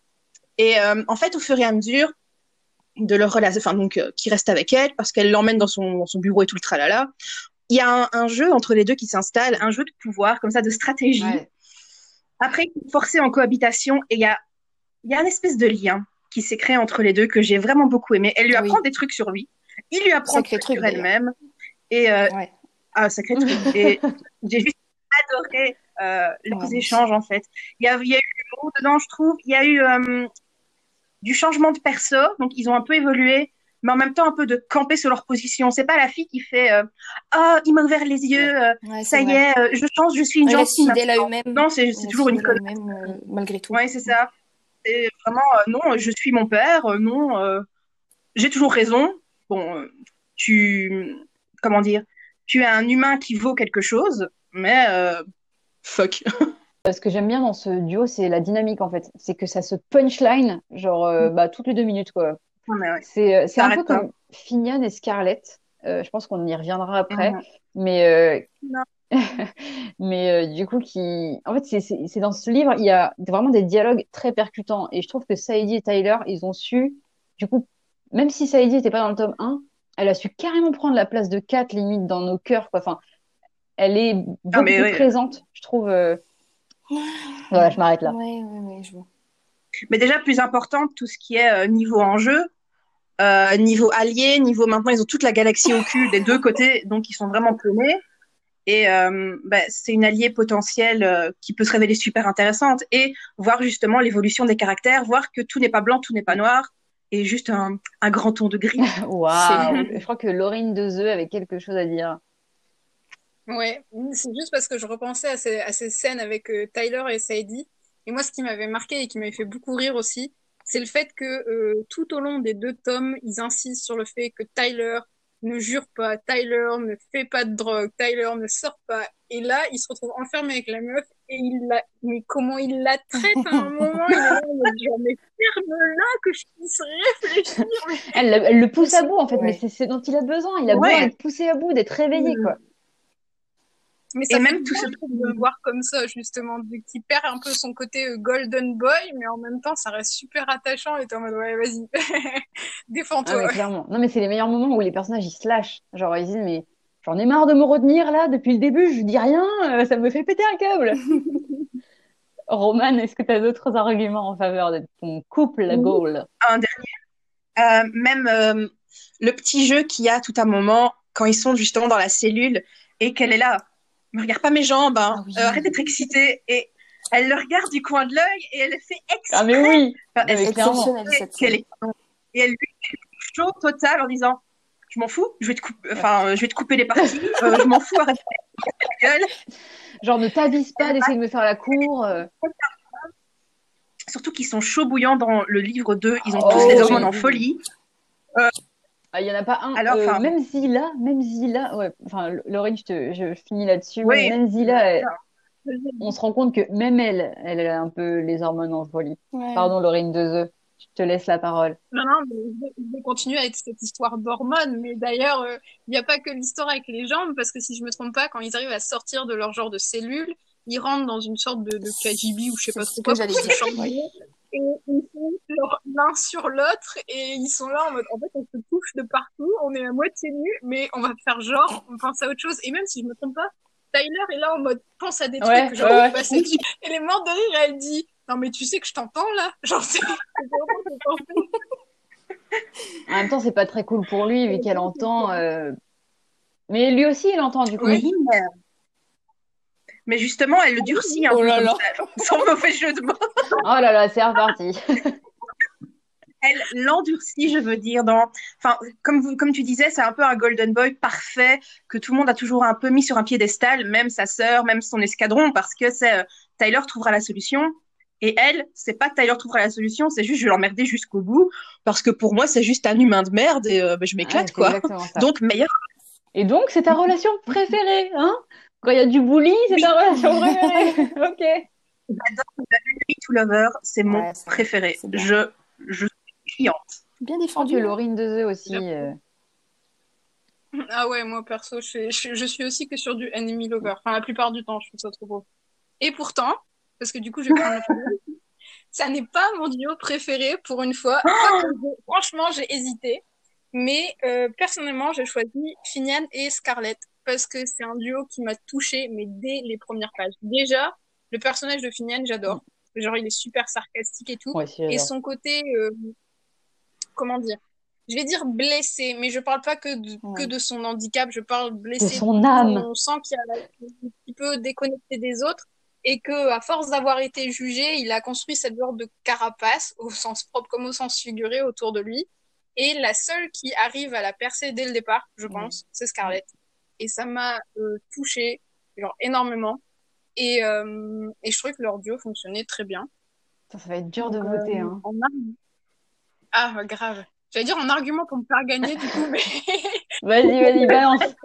Speaker 3: et euh, en fait, au fur et à mesure de leur relation, enfin donc euh, qui reste avec elle parce qu'elle l'emmène dans son, dans son bureau et tout le tralala. Il y a un, un jeu entre les deux qui s'installe, un jeu de pouvoir comme ça, de stratégie.
Speaker 1: Ouais.
Speaker 3: Après, forcé en cohabitation, et il y a, il y a un espèce de lien qui s'est créé entre les deux que j'ai vraiment beaucoup aimé. Elle lui apprend
Speaker 4: Oui.
Speaker 3: des trucs sur lui, il lui apprend des
Speaker 4: Sacré
Speaker 3: trucs
Speaker 4: truc,
Speaker 3: sur
Speaker 4: d'ailleurs.
Speaker 3: elle-même, et euh,
Speaker 4: Ouais.
Speaker 3: ah, sacré truc. Et j'ai juste adoré euh, leurs
Speaker 4: Ouais, moi
Speaker 3: échanges
Speaker 4: aussi.
Speaker 3: en fait. Il y a, il y a eu l'humour dedans, je trouve. Il y a eu euh, du changement de perso, donc ils ont un peu évolué, mais en même temps un peu de camper sur leur position. C'est pas la fille qui fait euh, ah, il m'a ouvert les yeux, euh,
Speaker 4: Ouais,
Speaker 3: ça
Speaker 4: c'est
Speaker 3: y
Speaker 4: vrai.
Speaker 3: est, euh, je change, je suis une
Speaker 4: Elle reste
Speaker 3: gentille
Speaker 4: fidèle à
Speaker 3: maintenant.
Speaker 4: eux-mêmes.
Speaker 3: Non, c'est
Speaker 4: Elle
Speaker 3: c'est
Speaker 4: reste
Speaker 3: toujours une
Speaker 4: fidèle à
Speaker 3: connasse.
Speaker 4: eux-mêmes euh, malgré tout.
Speaker 3: Ouais, c'est ça. C'est vraiment euh, non, je suis mon père, euh, non, euh, j'ai toujours raison. Bon, euh, tu comment dire, tu es un humain qui vaut quelque chose, mais euh, fuck.
Speaker 1: Ce que j'aime bien dans ce duo, c'est la dynamique en fait. C'est que ça se punchline, genre euh, bah, toutes les deux minutes quoi.
Speaker 3: Non, mais ouais,
Speaker 1: C'est euh, c'est
Speaker 3: ça
Speaker 1: un peu
Speaker 3: arrête pas.
Speaker 1: comme Finian et Scarlett. Euh, je pense qu'on y reviendra après.
Speaker 3: Mhm.
Speaker 1: Mais, euh,
Speaker 2: Non.
Speaker 1: mais euh, du coup, qui... en fait, c'est c'est- c'est dans ce livre, il y a vraiment des dialogues très percutants. Et je trouve que Saïdi et Tyler, ils ont su, du coup, même si Saïdi n'était pas dans le tome un, elle a su carrément prendre la place de Kat, limite, dans nos cœurs, quoi. Enfin, elle est
Speaker 3: Ah,
Speaker 1: beaucoup
Speaker 3: mais
Speaker 1: plus
Speaker 3: ouais.
Speaker 1: présente, je trouve. euh. Voilà, je m'arrête là.
Speaker 4: Ouais, ouais, ouais, je vois.
Speaker 3: Mais déjà, plus important, tout ce qui est euh, niveau enjeu, euh, niveau allié, niveau maintenant, ils ont toute la galaxie au cul des deux côtés, donc ils sont vraiment paumés. Et euh, bah, c'est une alliée potentielle euh, qui peut se révéler super intéressante. Et voir justement l'évolution des caractères, voir que tout n'est pas blanc, tout n'est pas noir, et juste un, un grand ton de gris.
Speaker 1: Waouh! Je crois que Laurine Dezeux avait quelque chose à dire.
Speaker 2: Ouais, c'est juste parce que je repensais à ces, à ces scènes avec euh, Tyler et Sadie. Et moi, ce qui m'avait marqué et qui m'avait fait beaucoup rire aussi, c'est le fait que euh, tout au long des deux tomes, ils insistent sur le fait que Tyler ne jure pas, Tyler ne fait pas de drogue, Tyler ne sort pas. Et là, il se retrouve enfermé avec la meuf et il la, mais comment il la traite à un moment, il est là, en mode genre, mais ferme-la que je puisse réfléchir. Mais
Speaker 1: Elle, elle le pousse à bout, en fait, mais
Speaker 4: Ouais.
Speaker 1: c'est ce dont il a besoin. Il a besoin
Speaker 3: Ouais.
Speaker 1: d'être poussé à bout, d'être réveillé, quoi.
Speaker 2: Mais
Speaker 3: Et
Speaker 2: ça fait
Speaker 3: même
Speaker 2: du
Speaker 3: tout
Speaker 2: bien,
Speaker 3: ce
Speaker 2: je trouve, de le voir comme ça, justement, vu qu'il perd un peu son côté euh, golden boy, mais en même temps, ça reste super attachant et t'es en mode, ouais, vas-y,
Speaker 1: Ah, mais
Speaker 2: défends-toi.
Speaker 1: clairement. Non, mais c'est les meilleurs moments où les personnages, ils se lâchent. Genre, ils disent, mais j'en ai marre de me retenir, là, depuis le début, je dis rien, euh, ça me fait péter un câble. Roman, est-ce que tu as d'autres arguments en faveur de ton couple, la
Speaker 3: Oui.
Speaker 1: Gaule?
Speaker 3: Un dernier. Euh, même euh, le petit jeu qu'il y a tout un moment quand ils sont justement dans la cellule et qu'elle est là. Ne regarde pas mes jambes, hein.
Speaker 4: Ah oui.
Speaker 3: Euh, arrête d'être excitée. Et elle le regarde du coin de l'œil et elle fait
Speaker 1: Ah, mais
Speaker 3: exprès.
Speaker 1: oui!
Speaker 3: Enfin, elle
Speaker 1: Mais clairement.
Speaker 4: Exceptionnelle,
Speaker 3: sait
Speaker 4: cette
Speaker 3: qu'elle
Speaker 4: scène.
Speaker 3: est... Et elle lui fait chaud total en disant je m'en fous, je vais te couper, enfin, euh, je vais te couper les parties, euh, je m'en fous, arrête ta gueule.
Speaker 1: Genre, ne t'avise pas
Speaker 3: Elle
Speaker 1: d'essayer de me faire la cour. euh.
Speaker 3: va- Surtout qu'ils sont chauds bouillants dans le livre deux, ils ont tous
Speaker 1: Oh
Speaker 3: les
Speaker 4: Ouais,
Speaker 3: hormones
Speaker 1: oui.
Speaker 3: en
Speaker 4: oui, oui.
Speaker 3: folie.
Speaker 1: Ah, il y en a pas un.
Speaker 3: Alors,
Speaker 1: euh,
Speaker 3: enfin,
Speaker 1: même Zilla, même Zilla, ouais. Enfin, Laurie, je, te, je finis là-dessus. Même,
Speaker 3: oui,
Speaker 1: même Zilla, elle, on se rend compte que même elle, elle a un peu les hormones en folie.
Speaker 4: Ouais.
Speaker 1: Pardon, Laurine Dezeux, je te laisse la parole.
Speaker 2: Non, non, mais je vais, je vais continuer avec cette histoire d'hormones. Mais d'ailleurs, euh, il n'y a pas que l'histoire avec les jambes, parce que si je me trompe pas, quand ils arrivent à sortir de leur genre de cellule, ils rentrent dans une sorte de, de K G B ou je sais
Speaker 4: C'est
Speaker 2: pas
Speaker 4: ce
Speaker 2: trop
Speaker 4: que
Speaker 2: quoi
Speaker 4: j'allais
Speaker 2: pour se
Speaker 4: dire.
Speaker 2: changer.
Speaker 4: Oui.
Speaker 2: Et ils sont leur- l'un sur l'autre et ils sont là en mode, en fait, on se touche de partout, on est à moitié nus, mais on va faire genre, on pense à autre chose. Et même si je me trompe pas, Tyler est là en mode, pense à des
Speaker 1: Ouais,
Speaker 2: trucs,
Speaker 1: ouais,
Speaker 2: genre,
Speaker 1: ouais.
Speaker 2: pas sexuels. Elle est morte de rire et elle dit, non mais tu sais que je t'entends là? Genre, c'est c'est vraiment ce qu'on fait.
Speaker 1: En même temps, c'est pas très cool pour lui, vu qu'elle entend. euh, Mais lui aussi, il entend, du coup.
Speaker 2: Ouais.
Speaker 3: Oui, mais, mais justement, elle le durcit un
Speaker 4: Oh
Speaker 3: peu
Speaker 4: là
Speaker 3: comme
Speaker 4: là.
Speaker 3: ça, sans mauvais jeu de mots.
Speaker 1: Oh là là, c'est reparti.
Speaker 3: Elle l'endurcit, je veux dire, dans, enfin, comme vous, comme tu disais, c'est un peu un golden boy parfait que tout le monde a toujours un peu mis sur un piédestal, même sa sœur, même son escadron, parce que c'est euh, Tyler trouvera la solution. Et elle, c'est pas Tyler trouvera la solution, c'est juste je vais l'emmerder jusqu'au bout, parce que pour moi, c'est juste un humain de merde et euh, ben, je
Speaker 1: Ouais,
Speaker 3: m'éclate,
Speaker 1: c'est
Speaker 3: quoi.
Speaker 1: exactement ça.
Speaker 3: Donc, meilleur.
Speaker 1: Et donc, c'est ta relation préférée, hein? Quand il y a du bully, c'est
Speaker 3: Oui,
Speaker 1: ta relation préférée. Ok.
Speaker 3: j'adore Hate to Lover, c'est mon
Speaker 4: Ouais, c'est
Speaker 3: préféré.
Speaker 4: c'est bien.
Speaker 3: Je, je suis cliente.
Speaker 4: Bien
Speaker 1: Je crois que
Speaker 4: défendu. hein.
Speaker 1: Laurine Dezeux aussi. euh,
Speaker 2: Ah ouais, moi perso, je, suis- je, je suis aussi que sur du enemy lover. Enfin, la plupart du temps, je trouve ça trop beau. Et pourtant, parce que du coup, je vais prendre la parole, ça n'est pas mon duo préféré pour une fois. Quoique, je- franchement, j'ai hésité. Mais euh, personnellement, j'ai choisi Finian et Scarlett parce que c'est un duo qui m'a touchée, mais dès les premières pages. Déjà, le personnage de Finian, j'adore. Genre, il est super sarcastique et tout.
Speaker 1: Moi aussi,
Speaker 2: Et
Speaker 1: j'adore.
Speaker 2: son côté, euh, comment dire? Je vais dire blessé, mais je parle pas que de, que
Speaker 4: Ouais.
Speaker 2: de son handicap, je parle
Speaker 1: De
Speaker 2: blessé.
Speaker 1: son
Speaker 2: Où
Speaker 1: âme.
Speaker 2: on sent qu'il a un petit peu déconnecté des autres et que, à force d'avoir été jugé, il a construit cette sorte de carapace, au sens propre comme au sens figuré, autour de lui. Et la seule qui arrive à la percer dès le départ, je
Speaker 4: Ouais.
Speaker 2: pense, c'est Scarlett. Et ça m'a euh, touchée, genre énormément. Et, euh, et je trouvais que leur duo fonctionnait très bien.
Speaker 1: Ça, ça va être dur de
Speaker 2: Donc,
Speaker 1: voter,
Speaker 2: euh,
Speaker 1: hein.
Speaker 2: en arme. Ah, grave. J'allais dire en argument pour me faire gagner, du coup, mais
Speaker 1: Vas-y, vas-y, balance.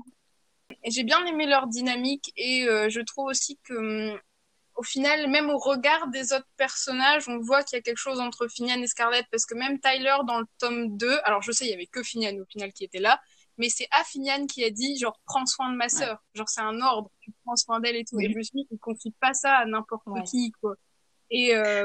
Speaker 2: et j'ai bien aimé leur dynamique et euh, je trouve aussi que hum, au final, même au regard des autres personnages, on voit qu'il y a quelque chose entre Finian et Scarlett parce que même Tyler dans le tome deux, alors je sais, il y avait que Finian au final qui était là, mais c'est à Finian qui a dit genre prends soin de ma
Speaker 1: Ouais.
Speaker 2: sœur, genre c'est un ordre, tu prends soin d'elle et tout. Et
Speaker 3: Mhm.
Speaker 2: je me suis dit, il confie pas ça à n'importe
Speaker 4: Ouais.
Speaker 2: qui, quoi. Et euh...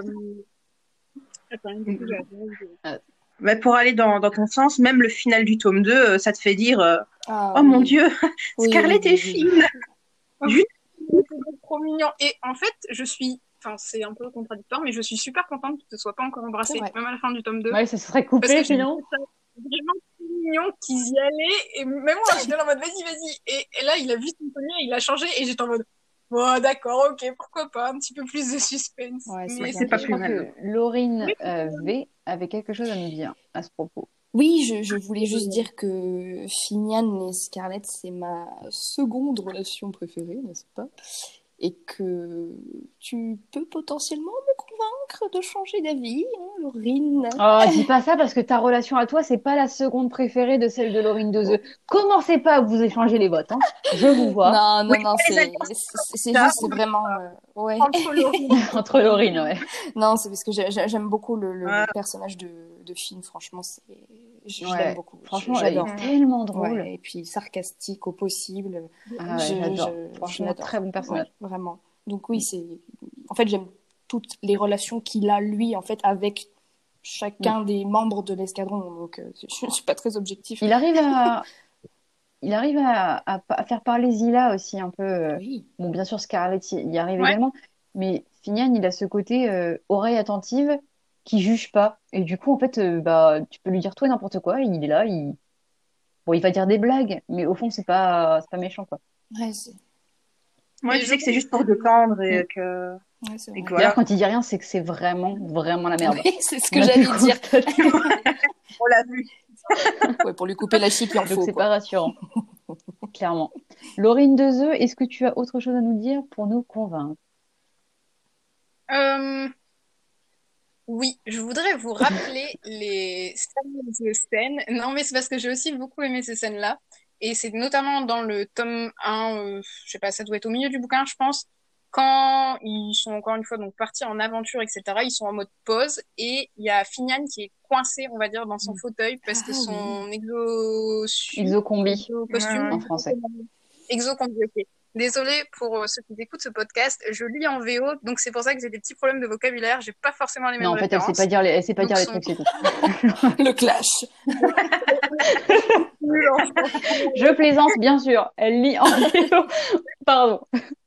Speaker 2: attends, du coup, j'ai
Speaker 1: Euh,
Speaker 3: Mais pour aller dans, dans ton sens, même le final du tome deux, euh, ça te fait dire euh,
Speaker 4: Ah
Speaker 3: oh mon
Speaker 4: oui.
Speaker 3: Dieu,
Speaker 4: Oui,
Speaker 3: Scarlett
Speaker 4: oui,
Speaker 3: est
Speaker 4: oui, oui.
Speaker 3: fine. Juste,
Speaker 2: c'était trop mignon. Et en fait, je suis, enfin, c'est un peu contradictoire, mais je suis super contente qu'ils ne soient pas encore
Speaker 4: C'est
Speaker 2: embrassés,
Speaker 4: vrai.
Speaker 2: même à la fin du tome deux.
Speaker 1: Ouais, ça serait
Speaker 2: Parce
Speaker 1: coupé,
Speaker 2: que j'ai
Speaker 1: sinon.
Speaker 2: trouvé ça vraiment trop mignon qu'ils y allaient. Et même moi, j'étais là en mode, vas-y, vas-y. Et, et là, il a vu son collier, il a changé. Et j'étais en mode, bon, d'accord, ok, pourquoi pas. Un petit peu plus de suspense.
Speaker 4: Ouais, c'est
Speaker 2: Mais
Speaker 4: bien
Speaker 3: c'est pas
Speaker 2: c'était
Speaker 1: Je
Speaker 3: plus
Speaker 1: crois
Speaker 2: gentil.
Speaker 3: mal.
Speaker 1: que Laurine
Speaker 2: Oui,
Speaker 1: euh, V avait quelque chose à nous dire à ce propos.
Speaker 4: Oui, je, je voulais juste dire que Finian et Scarlett, c'est ma seconde relation préférée, n'est-ce pas? Et que tu peux potentiellement me convaincre de changer d'avis, hein, Laurine.
Speaker 1: Oh, dis pas ça parce que ta relation à toi, c'est pas la seconde préférée de celle de Laurine Dezeux. Commencez pas à vous échanger les votes, hein. Je vous vois.
Speaker 4: Non, non,
Speaker 3: Oui,
Speaker 4: non,
Speaker 3: les
Speaker 4: c'est
Speaker 3: alliances,
Speaker 4: c'est c'est
Speaker 3: ça,
Speaker 4: juste, c'est vraiment... euh, ouais.
Speaker 2: entre Laurie.
Speaker 1: Entre Laurine, ouais.
Speaker 4: Non, c'est parce que j'ai- j'ai- j'aime beaucoup le, le- le
Speaker 3: ah,
Speaker 4: personnage de, de Finn, franchement, c'est, je, je l'aime
Speaker 1: Ouais.
Speaker 4: beaucoup, je-
Speaker 1: Franchement, il
Speaker 4: j'adore.
Speaker 1: est tellement drôle.
Speaker 4: Ouais, et puis sarcastique au possible,
Speaker 1: Ah ouais,
Speaker 4: je,
Speaker 1: j'adore.
Speaker 4: je, je
Speaker 1: Franchement,
Speaker 4: l'adore.
Speaker 1: très bon
Speaker 4: Ouais,
Speaker 1: personnage.
Speaker 4: vraiment. Donc oui, c'est... En fait, j'aime toutes les relations qu'il a, lui, en fait, avec chacun des membres de l'escadron. Donc, euh, je ne suis pas très objectif.
Speaker 1: Il arrive à, il arrive à, à, à faire parler Zilla aussi un peu. euh,
Speaker 4: Oui,
Speaker 1: Bon, bien sûr, Scarlett y, y arrive
Speaker 2: Ouais.
Speaker 1: également, mais Finian, il a ce côté euh, oreille attentive qui juge pas. Et du coup, en fait, euh, bah, tu peux lui dire tout et n'importe quoi. Il est là, il, bon, il va dire des blagues, mais au fond, c'est pas, c'est pas méchant, quoi.
Speaker 4: ouais, c'est
Speaker 3: moi,
Speaker 2: Mais
Speaker 3: tu
Speaker 2: je
Speaker 3: sais que c'est
Speaker 2: pense
Speaker 3: juste pour détendre
Speaker 1: Mm.
Speaker 3: et que,
Speaker 4: ouais, c'est
Speaker 3: et que
Speaker 4: vrai.
Speaker 1: D'ailleurs,
Speaker 3: voilà,
Speaker 1: quand il dit rien, c'est que c'est vraiment, vraiment la merde.
Speaker 4: Oui, c'est ce
Speaker 1: On
Speaker 4: que
Speaker 1: a pu
Speaker 4: j'allais dire.
Speaker 1: constater.
Speaker 3: on l'a vu.
Speaker 4: Ouais, pour lui couper la chic, il en
Speaker 1: Donc,
Speaker 4: faut,
Speaker 1: c'est
Speaker 4: quoi.
Speaker 1: pas rassurant, clairement. Laurine Dezeux, est-ce que tu as autre chose à nous dire pour nous convaincre?
Speaker 2: Euh, oui, je voudrais vous rappeler les fameuses scènes. Non, mais c'est parce que j'ai aussi beaucoup aimé ces scènes-là. Et c'est notamment dans le tome un, euh, je sais pas, ça doit être au milieu du bouquin, je pense, quand ils sont encore une fois donc partis en aventure, et cetera, ils sont en mode pause et il y a Finian qui est coincé, on va dire, dans son fauteuil parce que
Speaker 4: Ah,
Speaker 2: son exo
Speaker 1: Exocombi
Speaker 2: exo costume,
Speaker 1: en français.
Speaker 2: exo combi, ok. Désolée pour euh, ceux qui écoutent ce podcast, je lis en V O, donc c'est pour ça que j'ai des petits problèmes de vocabulaire, j'ai pas forcément les mêmes
Speaker 1: Non, en fait, elle sait
Speaker 2: références.
Speaker 1: pas dire les, elle sait pas
Speaker 2: Donc
Speaker 1: dire les
Speaker 2: son-
Speaker 1: trucs, c'est tout.
Speaker 4: Le clash.
Speaker 1: Je plaisante, bien sûr. Elle lit en vidéo. Pardon.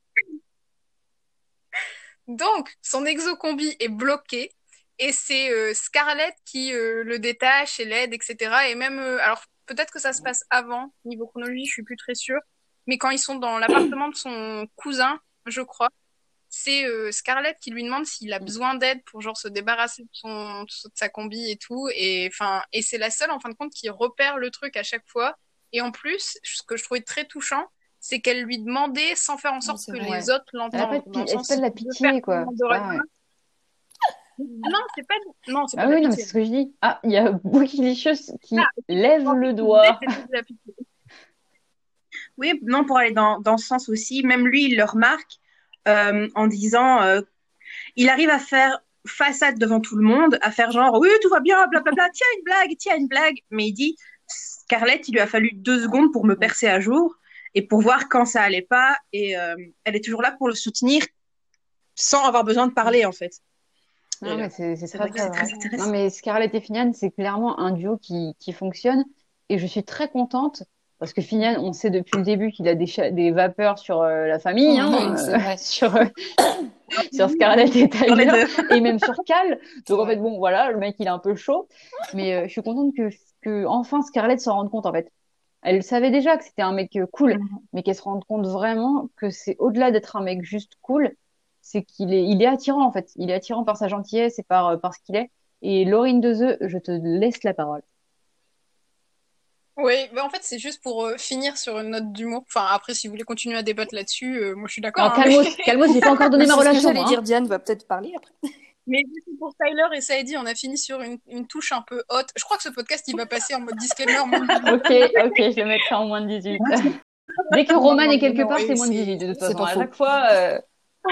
Speaker 2: Donc, son exocombi est bloqué et c'est euh, Scarlett qui euh, le détache et l'aide, et cetera. Et même, euh, alors peut-être que ça se passe avant, niveau chronologie, je suis plus très sûre, mais quand ils sont dans l'appartement de son cousin, je crois, c'est euh, Scarlett qui lui demande s'il a besoin d'aide pour genre se débarrasser de son de sa combi et tout. Et enfin, et c'est la seule en fin de compte qui repère le truc à chaque fois. Et en plus, ce que je trouvais très touchant, c'est qu'elle lui demandait sans faire en sorte
Speaker 4: c'est
Speaker 2: que
Speaker 4: vrai.
Speaker 2: les autres
Speaker 1: Elle a pas
Speaker 2: l'entendent.
Speaker 1: de,
Speaker 2: Dans le
Speaker 1: pi-
Speaker 2: sens,
Speaker 1: c'est pas de la
Speaker 2: si tu veux
Speaker 1: pitié,
Speaker 2: faire
Speaker 1: quoi.
Speaker 2: semblant de
Speaker 1: C'est pas-
Speaker 2: rien- Non, c'est pas non, c'est pas
Speaker 1: Ah
Speaker 2: de la
Speaker 1: oui, non, mais
Speaker 2: pitié.
Speaker 1: c'est ce que je dis. Ah, il y a Bookylicious qui
Speaker 2: Ah,
Speaker 1: lève
Speaker 2: En
Speaker 1: le
Speaker 2: fait,
Speaker 1: doigt.
Speaker 2: c'était de la pitié.
Speaker 3: Oui, non, pour aller dans, dans ce sens aussi, même lui, il le remarque euh, en disant, euh, il arrive à faire façade devant tout le monde, à faire genre, oui, tout va bien, blablabla, tiens une blague, tiens une blague. Mais il dit, Scarlett, il lui a fallu deux secondes pour me percer à jour et pour voir quand ça allait pas. Et euh, elle est toujours là pour le soutenir sans avoir besoin de parler, en fait.
Speaker 1: Non,
Speaker 3: Et,
Speaker 1: mais
Speaker 3: euh,
Speaker 1: c'est c'est
Speaker 3: c'est
Speaker 1: très,
Speaker 3: vrai que
Speaker 1: très
Speaker 3: c'est très
Speaker 1: vrai.
Speaker 3: intéressant.
Speaker 1: Non, mais Scarlett et Finian, c'est clairement un duo qui, qui fonctionne. Et je suis très contente parce que Finian, on sait depuis le début qu'il a des, cha- des vapeurs sur euh, la famille, hein,
Speaker 4: Oui, c'est
Speaker 1: euh,
Speaker 4: vrai.
Speaker 1: sur, euh, sur Scarlett et
Speaker 3: Sur les
Speaker 1: Tyler,
Speaker 3: deux.
Speaker 1: et même sur Cal. Donc en
Speaker 4: Ouais.
Speaker 1: fait, bon, voilà, le mec, il est un peu chaud. Mais euh, je suis contente que, que enfin Scarlett s'en rende compte, en fait. Elle savait déjà que c'était un mec euh, cool,
Speaker 3: Mhm.
Speaker 1: mais qu'elle se rende compte vraiment que c'est au-delà d'être un mec juste cool, c'est qu'il est, il est attirant, en fait. Il est attirant par sa gentillesse et par, euh, par ce qu'il est. Et Laurine Dezeux, je te laisse la parole.
Speaker 2: Oui, mais en fait, c'est juste pour euh, finir sur une note d'humour. Enfin, après, si vous voulez continuer à débattre là-dessus, euh, moi je suis d'accord.
Speaker 1: Alors,
Speaker 2: Hein, mais...
Speaker 1: calmos, calmos, j'ai pas encore donné
Speaker 4: Oui,
Speaker 1: ma
Speaker 4: c'est ce que
Speaker 1: relation,
Speaker 4: j'allais
Speaker 1: moi,
Speaker 4: dire.
Speaker 1: hein.
Speaker 4: Diane va peut-être parler après.
Speaker 2: mais du coup, pour Tyler et Saïdi, on a fini sur une, une touche un peu haute. Je crois que ce podcast, il va passer en mode disclaimer. moins de dix-huit.
Speaker 1: Ok, ok, je le mettrai en moins de dix-huit. Dès que
Speaker 2: Non,
Speaker 1: Roman
Speaker 2: non,
Speaker 1: est
Speaker 2: mais
Speaker 1: quelque
Speaker 2: non,
Speaker 1: part,
Speaker 2: et
Speaker 1: c'est moins de
Speaker 2: c'est-
Speaker 1: dix-huit, de toute
Speaker 4: c'est
Speaker 1: façon.
Speaker 4: pas
Speaker 1: À
Speaker 4: faux.
Speaker 1: chaque fois, euh,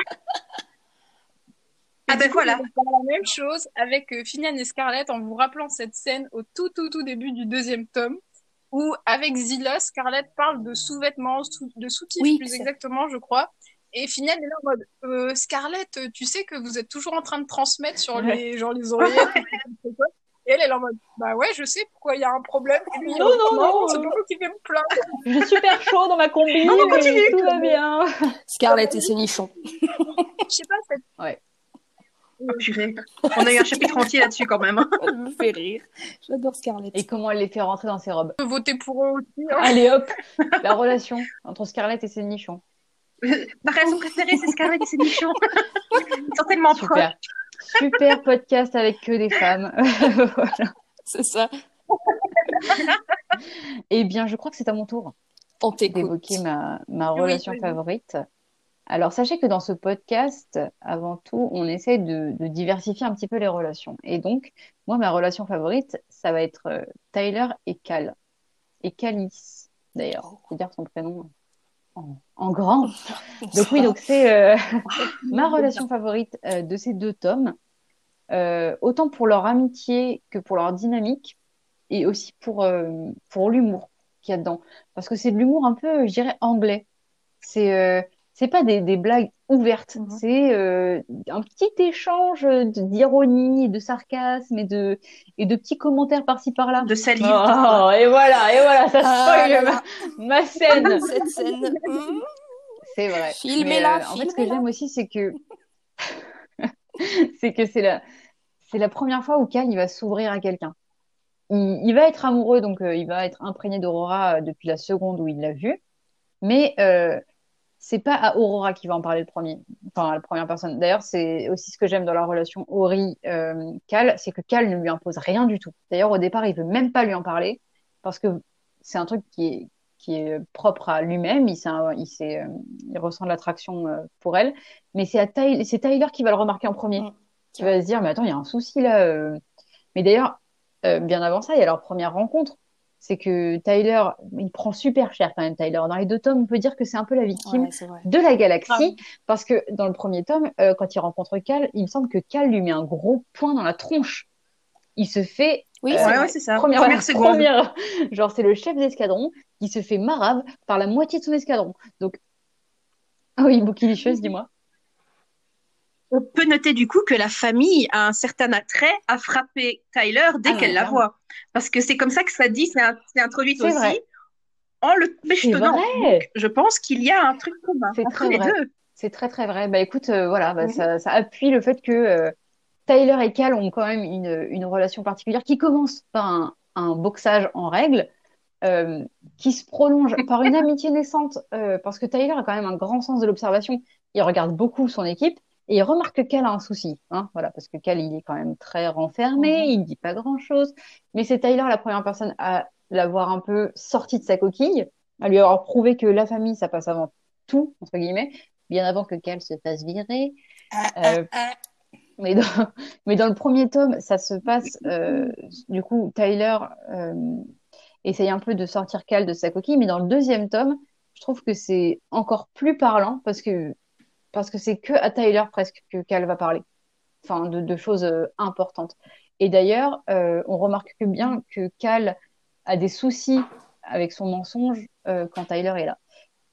Speaker 2: Et
Speaker 3: Ah
Speaker 2: du
Speaker 3: ben
Speaker 2: coup,
Speaker 3: voilà.
Speaker 2: je vais faire la même chose avec euh, Finian et Scarlett en vous rappelant cette scène au tout, tout, tout début du deuxième tome où, avec Zilla, Scarlett parle de sous-vêtements, sous- de soutifs
Speaker 4: Oui,
Speaker 2: plus
Speaker 4: c'est-
Speaker 2: exactement, je crois. Et Finian est là en mode euh, Scarlett, tu sais que vous êtes toujours en train de transmettre sur les, genre, les oreillettes. ou je sais pas. Et elle, elle est en mode bah ouais, je sais pourquoi il y a un problème. Et lui, il est en
Speaker 1: Non,
Speaker 2: mode,
Speaker 1: non, non,
Speaker 2: c'est
Speaker 1: euh.
Speaker 2: pas vous qui vais me plaindre.
Speaker 1: je suis super chaud dans ma combi,
Speaker 3: Non, non,
Speaker 1: mais
Speaker 3: continue.
Speaker 1: tout va bien.
Speaker 2: Ah,
Speaker 4: Scarlett
Speaker 2: bah
Speaker 4: et ses nichons.
Speaker 2: Je sais pas, cette...
Speaker 1: Ouais.
Speaker 3: Oh, purée. On a eu un chapitre entier là-dessus quand même. hein.
Speaker 4: Elle me fait rire. J'adore Scarlett.
Speaker 1: Et comment elle les fait rentrer dans ses robes.
Speaker 2: on peut voter pour eux aussi. Hein.
Speaker 1: Allez hop, la relation entre Scarlett et ses nichons.
Speaker 3: Ma relation préférée, c'est Scarlett et ses nichons. Ils sont tellement proches.
Speaker 1: Super. Super podcast avec que des femmes. Voilà.
Speaker 4: C'est ça.
Speaker 1: Eh bien, je crois que c'est à mon tour
Speaker 4: On t'écoute.
Speaker 1: d'évoquer ma, ma
Speaker 2: Oui,
Speaker 1: relation
Speaker 2: vas-y.
Speaker 1: favorite. Alors, sachez que dans ce podcast, avant tout, on essaie de, de diversifier un petit peu les relations. Et donc, moi, ma relation favorite, ça va être euh, Tyler et Cal. Et Calice, d'ailleurs. Faut dire son prénom en, en grand. Donc oui, donc c'est euh, ma relation favorite euh, de ces deux tomes. Euh, autant pour leur amitié que pour leur dynamique. Et aussi pour, euh, pour l'humour qu'il y a dedans. Parce que c'est de l'humour un peu, je dirais, anglais. C'est euh, c'est pas des, des blagues ouvertes,
Speaker 3: Mhm.
Speaker 1: c'est euh, un petit échange de- d'ironie, et de sarcasme et de, et de petits commentaires par-ci par-là.
Speaker 3: De salive.
Speaker 1: Oh, et voilà, et voilà, ça
Speaker 4: Ah
Speaker 1: spoil
Speaker 4: là
Speaker 1: ma,
Speaker 4: là.
Speaker 1: ma scène.
Speaker 4: Cette scène. Mmh.
Speaker 1: C'est vrai.
Speaker 4: Filmez-la,
Speaker 1: Mais, euh, en fait, ce que
Speaker 4: filmez-la.
Speaker 1: j'aime aussi, c'est que c'est que c'est la, c'est la première fois où Cal il va s'ouvrir à quelqu'un. Il, il va être amoureux, donc euh, il va être imprégné d'Aurora euh, depuis la seconde où il l'a vue. Mais euh, c'est pas à Aurora qui va en parler le premier, enfin la première personne. D'ailleurs, c'est aussi ce que j'aime dans la relation Ori-Cal, c'est que Cal ne lui impose rien du tout. D'ailleurs, au départ, il veut même pas lui en parler parce que c'est un truc qui est qui est propre à lui-même. Il, s'est un- il, s'est, euh, il ressent de l'attraction euh, pour elle, mais c'est à Ty- c'est Tyler qui va le remarquer en premier,
Speaker 4: Mm.
Speaker 1: qui va se dire, mais attends, il y a un souci là. euh. Mais d'ailleurs, euh, bien avant ça, il y a leur première rencontre c'est que Tyler, il prend super cher quand même, Tyler. Dans les deux tomes, on peut dire que c'est un peu la victime
Speaker 4: Ouais, c'est vrai.
Speaker 1: de la
Speaker 3: Ah,
Speaker 1: galaxie, parce que dans le premier tome, euh, quand il rencontre Cal, il me semble que Cal lui met un gros point dans la tronche. Il se fait
Speaker 4: Oui,
Speaker 1: euh,
Speaker 4: c'est
Speaker 3: ouais, ouais,
Speaker 4: vrai.
Speaker 3: c'est ça.
Speaker 1: première,
Speaker 3: Première seconde.
Speaker 1: première, genre c'est le chef d'escadron qui se fait marave par la moitié de son escadron. Donc, ah oui, Bookylicious, dis-moi.
Speaker 3: On peut noter du coup que la famille a un certain attrait à frapper Tyler dès
Speaker 1: Ah non,
Speaker 3: qu'elle
Speaker 1: mais
Speaker 3: la
Speaker 1: clairement.
Speaker 3: voit. Parce que c'est comme ça que ça dit, c'est un- c'est introduit
Speaker 1: C'est
Speaker 3: aussi
Speaker 1: vrai,
Speaker 3: en le
Speaker 1: c'est
Speaker 3: bêchetonnant. Donc,
Speaker 1: vrai,
Speaker 3: je pense qu'il y a un truc commun
Speaker 1: c'est
Speaker 3: entre
Speaker 1: très
Speaker 3: les
Speaker 1: vrai.
Speaker 3: deux.
Speaker 1: C'est très très vrai. Bah écoute, euh, voilà, bah,
Speaker 3: Mhm.
Speaker 1: ça, ça appuie le fait que euh, Tyler et Cal ont quand même une, une relation particulière qui commence par un, un boxage en règle, euh, qui se prolonge par une amitié naissante, euh, parce que Tyler a quand même un grand sens de l'observation. Il regarde beaucoup son équipe et il remarque que Cal a un souci. Hein, voilà, parce que Cal, il est quand même très renfermé,
Speaker 4: Mhm.
Speaker 1: il ne dit pas grand-chose. Mais c'est Tyler la première personne à l'avoir un peu sorti de sa coquille, à lui avoir prouvé que la famille, ça passe avant tout, entre guillemets, bien avant que Cal se fasse virer.
Speaker 4: Ah, ah,
Speaker 1: Euh,
Speaker 4: ah.
Speaker 1: mais dans, mais dans le premier tome, ça se passe, euh, du coup, Tyler euh, essaye un peu de sortir Cal de sa coquille, mais dans le deuxième tome, je trouve que c'est encore plus parlant parce que parce que c'est que à Tyler presque que Cal va parler, enfin de, de choses euh, importantes. Et d'ailleurs, euh, on remarque que bien que Cal a des soucis avec son mensonge euh, quand Tyler est là,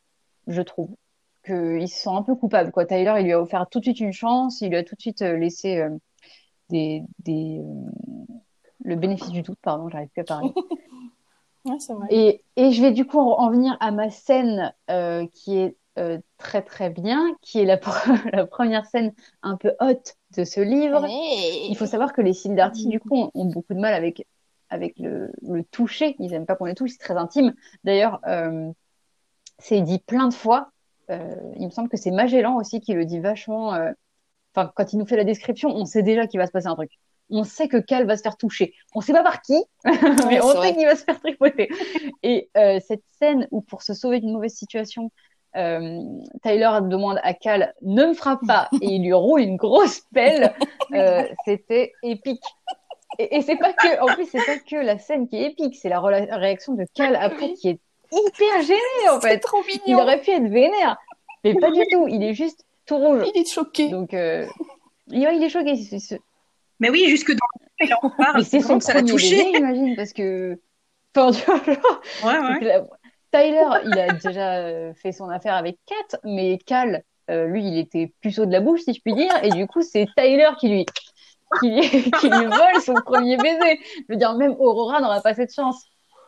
Speaker 1: je trouve. Qu'il se sent un peu coupable, quoi. Tyler, il lui a offert tout de suite une chance, il lui a tout de suite euh, laissé euh, des, des, euh, le bénéfice du doute, pardon, j'arrive plus à parler.
Speaker 4: Ouais, c'est vrai.
Speaker 1: Et, et je vais du coup en, en venir à ma scène euh, qui est euh, très très bien, qui est la, pre- la première scène un peu haute de ce livre. Il faut
Speaker 4: Hey.
Speaker 1: savoir que les Sildarti, du coup, ont, ont beaucoup de mal avec, avec le, le toucher. Ils n'aiment pas qu'on les touche, c'est très intime. D'ailleurs, euh, c'est dit plein de fois. Euh, il me semble que c'est Magellan aussi qui le dit vachement. euh, Enfin, quand il nous fait la description, on sait déjà qu'il va se passer un truc. On sait que Cal va se faire toucher. On sait pas par qui, mais
Speaker 4: Ouais,
Speaker 1: on
Speaker 4: c'est
Speaker 1: sait
Speaker 4: vrai.
Speaker 1: qu'il va se faire tripoter. Et euh, cette scène où, pour se sauver d'une mauvaise situation, euh, Tyler demande à Cal ne me frappe pas et il lui roule une grosse pelle, euh, c'était épique. Et, et c'est pas que, en plus, c'est pas que la scène qui est épique, c'est la rela- réaction de Cal après
Speaker 4: Oui,
Speaker 1: qui est hyper gênée en
Speaker 4: c'est
Speaker 1: fait.
Speaker 4: trop
Speaker 1: Il
Speaker 4: mignon.
Speaker 1: aurait pu être vénère, mais pas du tout. Il est juste tout rouge.
Speaker 4: Il est choqué.
Speaker 1: Donc, euh, ouais, il est choqué. c'est- c'est-
Speaker 3: Mais oui, jusque dans le il en
Speaker 1: Mais
Speaker 3: parle,
Speaker 1: c'est
Speaker 3: vraiment
Speaker 1: son
Speaker 3: que ça l'a
Speaker 1: premier
Speaker 3: touché.
Speaker 1: bébé, j'imagine, parce que. Enfin, tu vois, genre,
Speaker 3: Ouais,
Speaker 1: c'est
Speaker 3: ouais.
Speaker 1: que la- Tyler, il a déjà euh, fait son affaire avec Kat, mais Cal, euh, lui, il était puceau de la bouche, si je puis dire, et du coup, c'est Tyler qui lui, qui lui, qui lui vole son premier baiser. Je veux dire, même Aurora n'aura pas cette chance.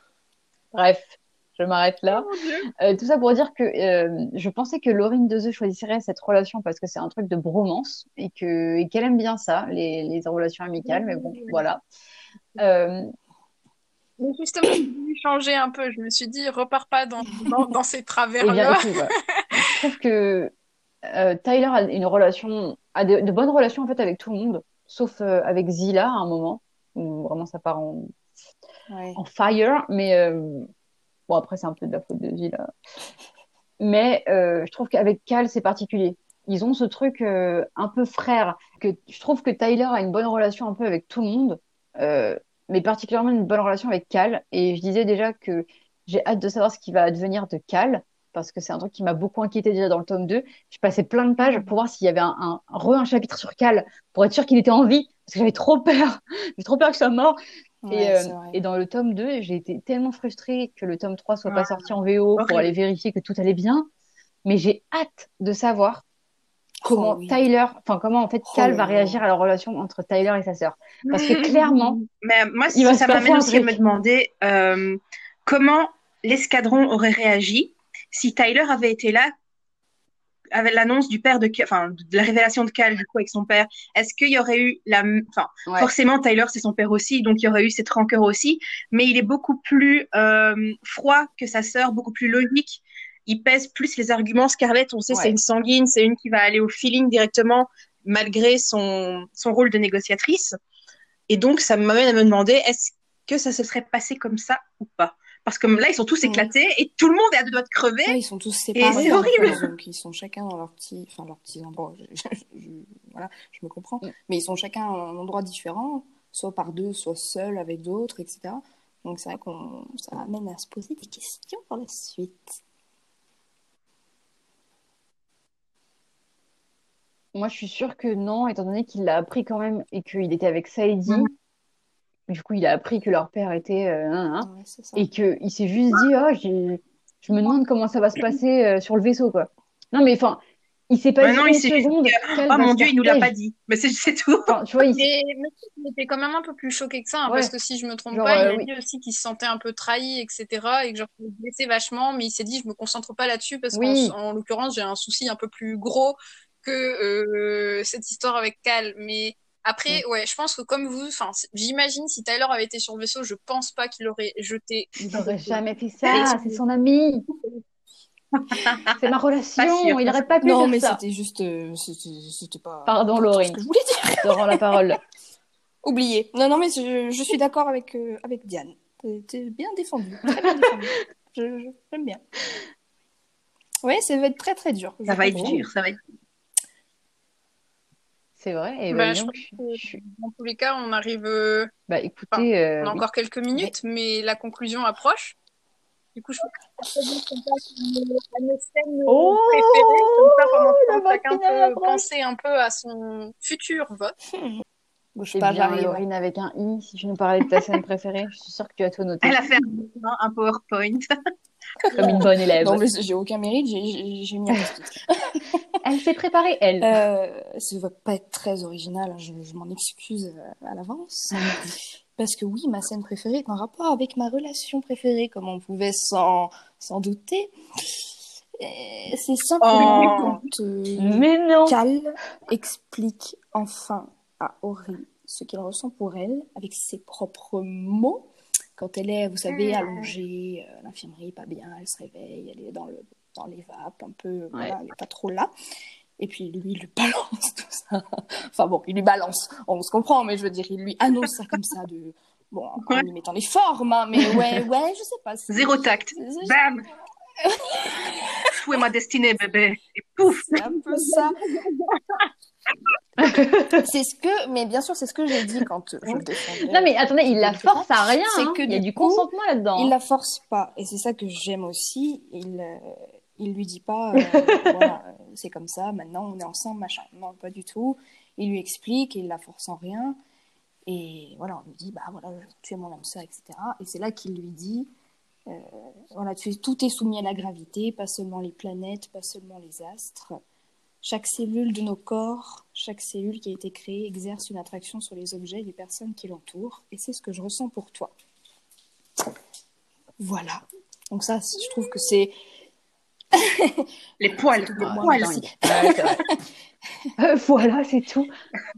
Speaker 1: Bref, je m'arrête
Speaker 3: Oh
Speaker 1: là.
Speaker 3: mon Dieu.
Speaker 1: Euh, tout ça pour dire que euh, je pensais que Laurine Dezeux choisirait cette relation parce que c'est un truc de bromance et que et qu'elle aime bien ça, les, les relations amicales, mais bon, voilà. Euh,
Speaker 2: Mais justement, j'ai voulu changer un peu. Je me suis dit, repars pas dans, dans, dans ces
Speaker 1: eh bien,
Speaker 2: travers-là.
Speaker 1: écoute, voilà. Je trouve que euh, Tyler a une relation, a de, de bonnes relations en fait avec tout le monde, sauf euh, avec Zilla à un moment, où vraiment ça part en,
Speaker 4: Ouais.
Speaker 1: en fire, mais euh, bon, après, c'est un peu de la faute de Zilla. Mais euh, je trouve qu'avec Cal, c'est particulier. Ils ont ce truc euh, un peu frère, que je trouve que Tyler a une bonne relation un peu avec tout le monde, euh, mais particulièrement une bonne relation avec Cal. Et je disais déjà que j'ai hâte de savoir ce qui va advenir de Cal, parce que c'est un truc qui m'a beaucoup inquiété déjà dans le tome deux. J'ai passé plein de pages pour voir s'il y avait un, un, re un chapitre sur Cal, pour être sûr qu'il était en vie, parce que j'avais trop peur. J'ai trop peur qu'il soit mort. Et,
Speaker 4: Ouais,
Speaker 1: euh,
Speaker 4: c'est vrai.
Speaker 1: et dans le tome deux, j'ai été tellement frustrée que le tome trois soit
Speaker 3: Ouais,
Speaker 1: pas sorti en V O pour aller
Speaker 3: horrible.
Speaker 1: vérifier que tout allait bien. Mais j'ai hâte de savoir
Speaker 4: Oh
Speaker 1: comment
Speaker 4: oui.
Speaker 1: Tyler, enfin comment en fait
Speaker 4: Oh
Speaker 1: Cal
Speaker 4: là
Speaker 1: va réagir à
Speaker 4: là.
Speaker 1: la relation entre Tyler et sa sœur. Parce que clairement,
Speaker 3: Mais moi,
Speaker 1: il
Speaker 3: ça,
Speaker 1: va se
Speaker 3: ça
Speaker 1: passer
Speaker 3: m'amène
Speaker 1: un
Speaker 3: aussi à me
Speaker 1: truc.
Speaker 3: demander euh, comment l'escadron aurait réagi si Tyler avait été là avec l'annonce du père de, Ca- enfin, de la révélation de Cal, du coup, avec son père. Est-ce qu'il y aurait eu la, m- enfin,
Speaker 1: Ouais,
Speaker 3: forcément, Tyler, c'est son père aussi, donc il y aurait eu cette rancœur aussi, mais il est beaucoup plus euh, froid que sa sœur, beaucoup plus logique. Il pèse plus les arguments. Scarlett, on sait, c'est une
Speaker 1: ouais.
Speaker 3: sanguine, c'est une qui va aller au feeling directement, malgré son, son rôle de négociatrice. Et donc, ça m'amène à me demander, est-ce que ça se serait passé comme ça ou pas? Parce que là, ils sont tous
Speaker 4: Mm.
Speaker 3: éclatés et tout le monde est à deux doigts de crever
Speaker 4: Ouais, ils sont tous
Speaker 3: et
Speaker 1: Moi,
Speaker 3: c'est
Speaker 4: séparés
Speaker 1: je-
Speaker 4: en
Speaker 3: horrible.
Speaker 4: plus, donc ils sont chacun dans leur petit, enfin leur petit endroit. Je, je- je- voilà, je me comprends.
Speaker 1: Mm.
Speaker 4: Mais ils sont chacun à un endroit différent, soit par deux, soit seuls avec d'autres, et cetera. Donc c'est vrai qu'on ça amène à se poser des questions par la suite.
Speaker 1: Moi, je suis sûre que non, étant donné qu'il l'a appris quand même et qu'il était avec Saïdi.
Speaker 3: Mhm.
Speaker 1: Du coup, il a appris que leur père était euh, nan, nan,
Speaker 4: Ouais, c'est ça.
Speaker 1: et qu'il s'est juste dit, oh, j'ai- je me demande comment ça va se passer euh, sur le vaisseau, quoi. Non, mais enfin, il s'est pas
Speaker 3: Ouais,
Speaker 1: dit
Speaker 3: non, il
Speaker 1: une
Speaker 3: s'est juste
Speaker 1: seconde
Speaker 3: dit,
Speaker 1: qu'elle
Speaker 3: oh
Speaker 1: va
Speaker 3: mon
Speaker 1: se
Speaker 3: Dieu,
Speaker 1: faire
Speaker 3: il nous l'a pas
Speaker 1: tège.
Speaker 3: dit. Mais c'est c'est tout.
Speaker 1: Enfin, tu vois, il s'est...
Speaker 2: Mais, mais il était quand même un peu plus choqué que ça, hein, parce
Speaker 1: Ouais,
Speaker 2: que si je me trompe
Speaker 1: genre,
Speaker 2: pas, il
Speaker 1: euh,
Speaker 2: a
Speaker 1: oui.
Speaker 2: dit aussi qu'il se sentait un peu trahi, et cetera, et que genre, il se blessait vachement, mais il s'est dit, je me concentre pas là-dessus, parce qu'en
Speaker 1: Oui,
Speaker 2: en l'occurrence, j'ai un souci un peu plus gros que euh, cette histoire avec Cal. Mais après,
Speaker 1: Mm.
Speaker 2: ouais, je pense que comme vous, enfin, c- j'imagine si Tyler avait été sur le vaisseau, je pense pas qu'il aurait jeté
Speaker 1: il
Speaker 2: un
Speaker 1: aurait
Speaker 2: vaisseau.
Speaker 1: jamais fait
Speaker 2: Et
Speaker 1: ça, c'est son ami, c'est ma
Speaker 3: Pas sûr,
Speaker 1: relation, il
Speaker 3: pas
Speaker 1: aurait
Speaker 3: sûr.
Speaker 1: pas pu
Speaker 4: Non,
Speaker 1: faire
Speaker 4: mais
Speaker 1: ça.
Speaker 4: c'était juste, euh, c'était, c'était pas
Speaker 1: Pardon,
Speaker 4: important ce
Speaker 1: Laurine,
Speaker 4: que je voulais dire.
Speaker 1: je te rends la parole.
Speaker 4: Oublié. Non, non, mais je, je suis d'accord avec, euh, avec Diane. T'es t'es bien défendu, très bien défendu. Je, je- j'aime bien. Ouais, ça va être très très dur. Je
Speaker 3: Ça va être
Speaker 4: confirme.
Speaker 3: dur, ça va être.
Speaker 1: C'est vrai, et bah
Speaker 2: bah,
Speaker 1: dis
Speaker 2: je
Speaker 1: donc,
Speaker 2: pense
Speaker 1: je,
Speaker 2: que
Speaker 1: je-
Speaker 2: dans tous les cas, on arrive, euh,
Speaker 1: bah
Speaker 2: enfin,
Speaker 1: écoutez,
Speaker 2: on
Speaker 1: euh,
Speaker 2: a
Speaker 1: oui.
Speaker 2: encore quelques minutes, mais la conclusion approche. Du coup, je pense que c'est très bien qu'on passe à nos à nos scènes
Speaker 1: Oh,
Speaker 2: préférées. Comme ça, pendant ce
Speaker 1: la
Speaker 2: temps,
Speaker 1: vague
Speaker 2: chacun
Speaker 1: finale
Speaker 2: peut
Speaker 1: approche.
Speaker 2: penser un peu à son futur vote.
Speaker 4: Bouge
Speaker 1: Eh
Speaker 4: pas,
Speaker 1: bien,
Speaker 4: j'arrive.
Speaker 1: Laurine avec un i, si tu nous parlais de ta scène préférée, je suis sûre que tu as tout noté,
Speaker 3: Elle a fait un, un PowerPoint.
Speaker 1: comme une bonne élève.
Speaker 4: Non, mais j'ai aucun mérite, j'ai- j'ai j'ai mis un post-it.
Speaker 1: Elle s'est préparée, elle.
Speaker 4: Euh, ça va pas être très original, hein, je, je m'en excuse euh, à l'avance. Parce que oui, ma scène préférée est en rapport avec ma relation préférée, comme on pouvait s'en s'en douter. Et c'est simplement
Speaker 3: Oh.
Speaker 4: quand euh,
Speaker 1: Mais non.
Speaker 4: Cal explique enfin à Ori ce qu'il ressent pour elle, avec ses propres mots. Quand elle est, vous savez, allongée, euh, à l'infirmerie, pas bien, elle se réveille, elle est dans, le, dans les vapes, un peu, voilà, elle n'est pas trop là. Et puis lui, il lui balance tout ça. Enfin bon, il lui balance, on se comprend, mais je veux dire, il lui annonce ça comme ça de... Bon, en
Speaker 3: Ouais.
Speaker 4: y mettant les formes, hein, mais ouais, ouais, je sais pas. c'est-
Speaker 3: Zéro tact.
Speaker 4: c'est-
Speaker 3: Bam. Tout est ma destinée, bébé. Et pouf.
Speaker 4: C'est un peu ça. C'est ce que, mais bien sûr, c'est ce que j'ai dit quand je le défendais.
Speaker 1: Non, mais attendez, il la
Speaker 4: Quelque part,
Speaker 1: force à rien.
Speaker 4: c'est
Speaker 1: hein.
Speaker 4: que
Speaker 1: Il y a
Speaker 4: du
Speaker 1: du
Speaker 4: coup,
Speaker 1: consentement là-dedans.
Speaker 4: il
Speaker 1: hein.
Speaker 4: la force pas, et c'est ça que j'aime aussi. Il, euh, il lui dit pas, euh, voilà, euh, c'est comme ça. Maintenant, on est ensemble, machin. Non, pas du tout. Il lui explique, il la force en rien, et voilà, on lui dit, bah voilà, tu es mon âme sœur, et cetera. Et c'est là qu'il lui dit, euh, voilà, tu es, tout est soumis à la gravité, pas seulement les planètes, pas seulement les astres. Chaque cellule de nos corps, chaque cellule qui a été créée exerce une attraction sur les objets et les personnes qui l'entourent. Et c'est ce que je ressens pour toi. Voilà. Donc ça, je trouve que c'est...
Speaker 3: Les poils.
Speaker 4: C'est tout
Speaker 3: Les
Speaker 4: pour moi,
Speaker 3: poils.
Speaker 4: merci.
Speaker 1: Ouais, c'est vrai. Euh, voilà, c'est tout.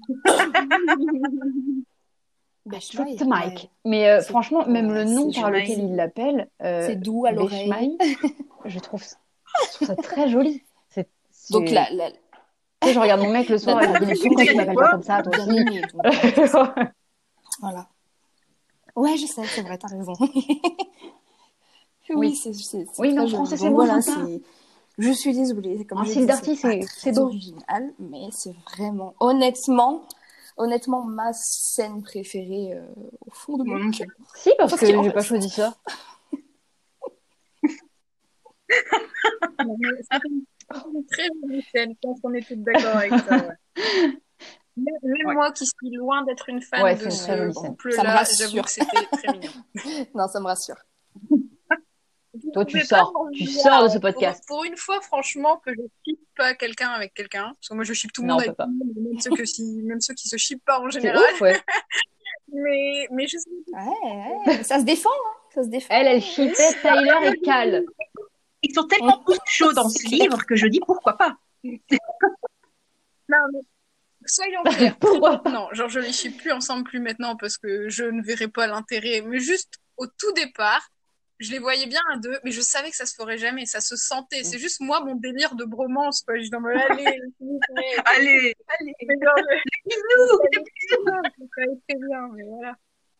Speaker 4: Ben,
Speaker 1: Shoot the
Speaker 4: ouais,
Speaker 1: mic.
Speaker 4: ouais.
Speaker 1: Mais euh,
Speaker 4: C'est-
Speaker 1: franchement, même
Speaker 4: ouais,
Speaker 1: le nom
Speaker 4: c'est
Speaker 1: par
Speaker 3: joli.
Speaker 1: lequel il l'appelle, euh,
Speaker 4: C'est doux à l'oreille.
Speaker 1: Beshmaï, je trouve, ça- je trouve ça très joli. C'est, c'est-
Speaker 4: Donc la, la,
Speaker 1: Tu sais, je regarde mon mec le soir et je me dis, mais pourquoi tu m'appelles pas comme ça, toi
Speaker 4: bien
Speaker 1: aussi?
Speaker 4: aimé. Donc, euh, c'est ça. Voilà. Ouais, je sais, c'est vrai, t'as raison. oui,
Speaker 1: Oui.
Speaker 4: c'est, c'est, c'est
Speaker 1: Oui,
Speaker 4: très
Speaker 1: non,
Speaker 4: joli.
Speaker 1: français, c'est
Speaker 4: Donc
Speaker 1: bon,
Speaker 4: voilà,
Speaker 1: sympa.
Speaker 4: c'est... Je suis désolée, comme
Speaker 1: Un
Speaker 4: je
Speaker 1: style
Speaker 4: dis,
Speaker 1: d'artiste,
Speaker 4: c'est,
Speaker 1: c'est-
Speaker 4: pas
Speaker 1: c'est
Speaker 4: très
Speaker 1: beau.
Speaker 4: original, mais c'est vraiment, honnêtement, honnêtement, ma scène préférée euh, au fond de
Speaker 3: Moi
Speaker 4: mon
Speaker 3: non
Speaker 4: cœur.
Speaker 3: plus.
Speaker 1: Si, parce
Speaker 4: Parce
Speaker 1: que
Speaker 4: qu'il en
Speaker 1: j'ai pas
Speaker 4: reste.
Speaker 1: choisi ça.
Speaker 2: Non, mais c'est une, c'est une très jolie scène, je pense qu'on est toutes d'accord avec ça. Ouais. Même, même
Speaker 3: Ouais.
Speaker 2: moi qui suis loin d'être une fan
Speaker 1: Ouais,
Speaker 2: de
Speaker 1: c'est une
Speaker 2: ce
Speaker 1: très jolie scène.
Speaker 4: Ça me
Speaker 2: couple-là,
Speaker 4: rassure.
Speaker 2: j'avoue que c'était très mignon.
Speaker 4: Non, ça me rassure.
Speaker 2: Vous
Speaker 1: Toi, tu
Speaker 2: pouvez pas
Speaker 1: sors.
Speaker 2: m'en
Speaker 1: Tu
Speaker 2: vouloir,
Speaker 1: sors de ce
Speaker 2: pour,
Speaker 1: podcast.
Speaker 2: pour une fois, franchement, que je ship pas quelqu'un avec quelqu'un. Parce que moi, je ship tout le
Speaker 1: Non,
Speaker 2: monde
Speaker 1: on
Speaker 2: avec
Speaker 1: peut
Speaker 2: tout
Speaker 1: pas.
Speaker 2: le monde, même ceux, que si, même ceux qui se shippent pas en
Speaker 1: C'est
Speaker 2: général.
Speaker 1: ouf, ouais.
Speaker 2: Mais, mais je sais
Speaker 4: Ouais, ouais, ça se défend, hein. Ça se défend.
Speaker 1: Elle, elle shippait Tyler et Cal.
Speaker 3: Ils sont tellement tous chauds dans ce livre que je dis pourquoi pas.
Speaker 2: non, mais soyons clairs.
Speaker 1: Pourquoi pas?
Speaker 2: Non, genre, je les ship plus ensemble plus maintenant parce que je ne verrai pas l'intérêt. Mais juste au tout départ, je les voyais bien à deux, mais je savais que ça se ferait jamais. Ça se sentait. C'est juste moi, mon délire de bromance, quoi. Je dis, non, mais allez, s'il vous plaît.
Speaker 3: Allez, allez.
Speaker 2: Mais genre,
Speaker 3: Bisous.
Speaker 2: ça allait très bien, mais voilà.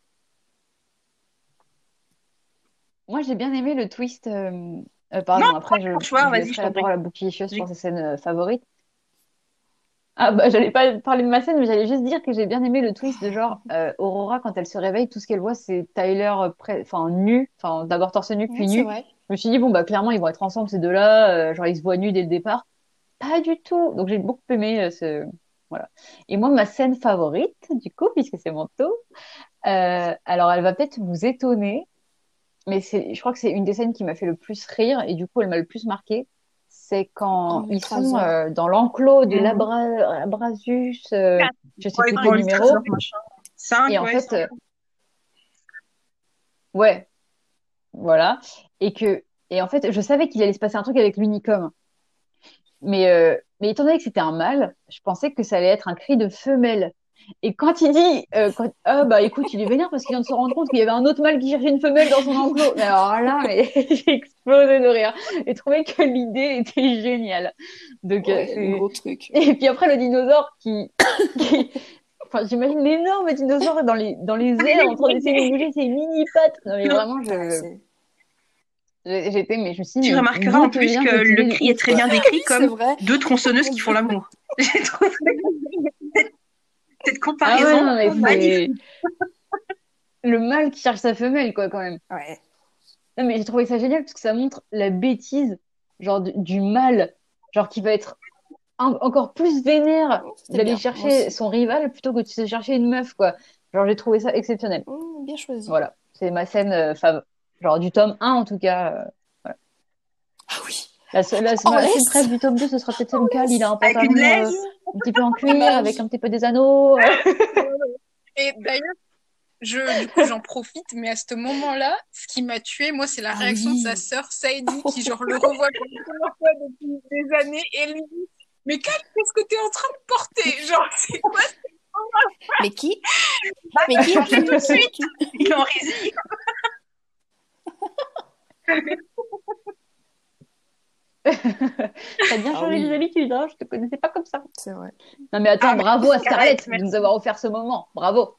Speaker 1: Moi, j'ai bien aimé le twist. euh, euh, pardon,
Speaker 3: Non,
Speaker 1: après, je,
Speaker 3: franchement,
Speaker 1: je
Speaker 3: vas-y,
Speaker 1: laisserai
Speaker 3: je
Speaker 1: la
Speaker 3: t'en prie.
Speaker 1: parole à Bouclicheuse
Speaker 3: Oui.
Speaker 1: pour ses scènes euh, favorites. Ah bah j'allais pas parler de ma scène, mais j'allais juste dire que j'ai bien aimé le twist de genre euh, Aurora quand elle se réveille, tout ce qu'elle voit c'est Tyler euh, près- enfin nu, enfin d'abord torse nu
Speaker 4: Ouais,
Speaker 1: puis
Speaker 4: c'est
Speaker 1: nu.
Speaker 4: vrai.
Speaker 1: Je me suis dit bon bah clairement ils vont être ensemble ces deux-là, euh, genre ils se voient nus dès le départ. Pas du tout. Donc j'ai beaucoup aimé euh, ce voilà. Et moi ma scène favorite du coup puisque c'est mon tour, euh, alors elle va peut-être vous étonner, mais c'est je crois que c'est une des scènes qui m'a fait le plus rire et du coup elle m'a le plus marqué. C'est quand
Speaker 4: En
Speaker 1: ils sont
Speaker 4: Ultrasor.
Speaker 1: euh, dans l'enclos de
Speaker 3: Mhm.
Speaker 1: l'Abra Abrasus, euh,
Speaker 3: Quatre.
Speaker 1: je sais
Speaker 3: Ouais,
Speaker 1: plus
Speaker 3: dans
Speaker 1: quel
Speaker 3: le trésor,
Speaker 1: numéro.
Speaker 3: machin. Cinq,
Speaker 1: Et en
Speaker 3: ouais,
Speaker 1: fait,
Speaker 3: cinq.
Speaker 1: euh, ouais, voilà. Et que, et en fait, je savais qu'il allait se passer un truc avec l'unicum. Mais, euh, mais étant donné que c'était un mâle, je pensais que ça allait être un cri de femelle. Et quand il dit, euh, quand, ah bah écoute, il est vénère parce qu'il vient de se rendre compte qu'il y avait un autre mâle qui cherchait une femelle dans son enclos. Mais alors là, mais j'ai explosé de rire et trouvé que l'idée était géniale. Donc euh,
Speaker 4: Ouais, le
Speaker 1: c'est
Speaker 4: gros truc.
Speaker 1: et puis après le dinosaure qui, qui... Enfin, j'imagine l'énorme dinosaure dans les dans les airs en train d'essayer de bouger ses mini pattes. Non mais vraiment,
Speaker 4: Ouais,
Speaker 1: je
Speaker 4: c'est...
Speaker 1: j'ai- j'étais mais je me suis dit
Speaker 3: Tu
Speaker 1: mais
Speaker 3: remarqueras
Speaker 1: d'où
Speaker 3: en
Speaker 1: te
Speaker 3: plus
Speaker 1: vient
Speaker 3: que
Speaker 1: cette
Speaker 3: le
Speaker 1: idée de
Speaker 3: cri est
Speaker 1: ouf
Speaker 3: très
Speaker 1: quoi.
Speaker 3: bien
Speaker 4: Oui,
Speaker 3: décrit
Speaker 4: c'est
Speaker 3: comme
Speaker 4: vrai.
Speaker 3: deux tronçonneuses
Speaker 4: Mon
Speaker 3: qui font
Speaker 4: Dieu.
Speaker 3: l'amour. J'ai trouvé cette, cette
Speaker 1: Ah ouais
Speaker 3: comparaison
Speaker 1: non mais
Speaker 4: Pas mal.
Speaker 1: c'est
Speaker 3: magnifique.
Speaker 1: le mâle qui cherche sa femelle quoi quand même.
Speaker 4: Ouais.
Speaker 1: Non mais j'ai trouvé ça génial parce que ça montre la bêtise genre du, du mâle genre qui va être en- encore plus vénère
Speaker 4: Oh, c'était
Speaker 1: d'aller
Speaker 4: bien, moi
Speaker 1: chercher
Speaker 4: aussi.
Speaker 1: son rival plutôt que de se chercher une meuf quoi. Genre j'ai trouvé ça exceptionnel.
Speaker 4: Mmh, bien choisi.
Speaker 1: Voilà, c'est ma scène euh, fav. Genre du tome un en tout cas. euh, voilà.
Speaker 4: Ah oui.
Speaker 1: La, seule- la,
Speaker 4: En
Speaker 1: ma scène
Speaker 4: laisse.
Speaker 1: préf du tome deux ce sera peut-être celle où Cal il a un
Speaker 3: Avec une
Speaker 1: pantalon
Speaker 4: Mon
Speaker 1: euh,
Speaker 4: Dieu.
Speaker 3: laisse.
Speaker 1: un petit peu en
Speaker 4: Ah
Speaker 1: cuir
Speaker 4: bah
Speaker 1: avec
Speaker 4: oui.
Speaker 1: un petit peu des anneaux. euh.
Speaker 2: Et d'ailleurs, je, du coup, j'en profite, mais à ce moment-là, ce qui m'a tué, moi, c'est la
Speaker 4: Ah
Speaker 2: réaction de sa
Speaker 4: oui.
Speaker 2: sœur Saïdi, qui, genre, le revoit pour la première fois depuis des années, et lui dit, mais Kat, qu'est-ce que t'es en train de porter? Genre, c'est quoi ce
Speaker 4: Mais qui?
Speaker 3: Bah,
Speaker 4: Mais
Speaker 3: ça a
Speaker 4: qui a
Speaker 3: changé
Speaker 4: pris
Speaker 3: tout de
Speaker 4: ton
Speaker 3: suite.
Speaker 4: cul?
Speaker 3: Il est en résille.
Speaker 1: T'as bien
Speaker 4: Ah
Speaker 1: changé les
Speaker 4: oui,
Speaker 1: habitudes, hein, je te connaissais pas comme ça.
Speaker 4: c'est vrai.
Speaker 1: Non mais
Speaker 3: Ah,
Speaker 1: attends,
Speaker 3: mais
Speaker 1: bravo à
Speaker 3: Scarlett,
Speaker 1: Scarlett de nous
Speaker 3: merci.
Speaker 1: avoir offert ce moment. Bravo.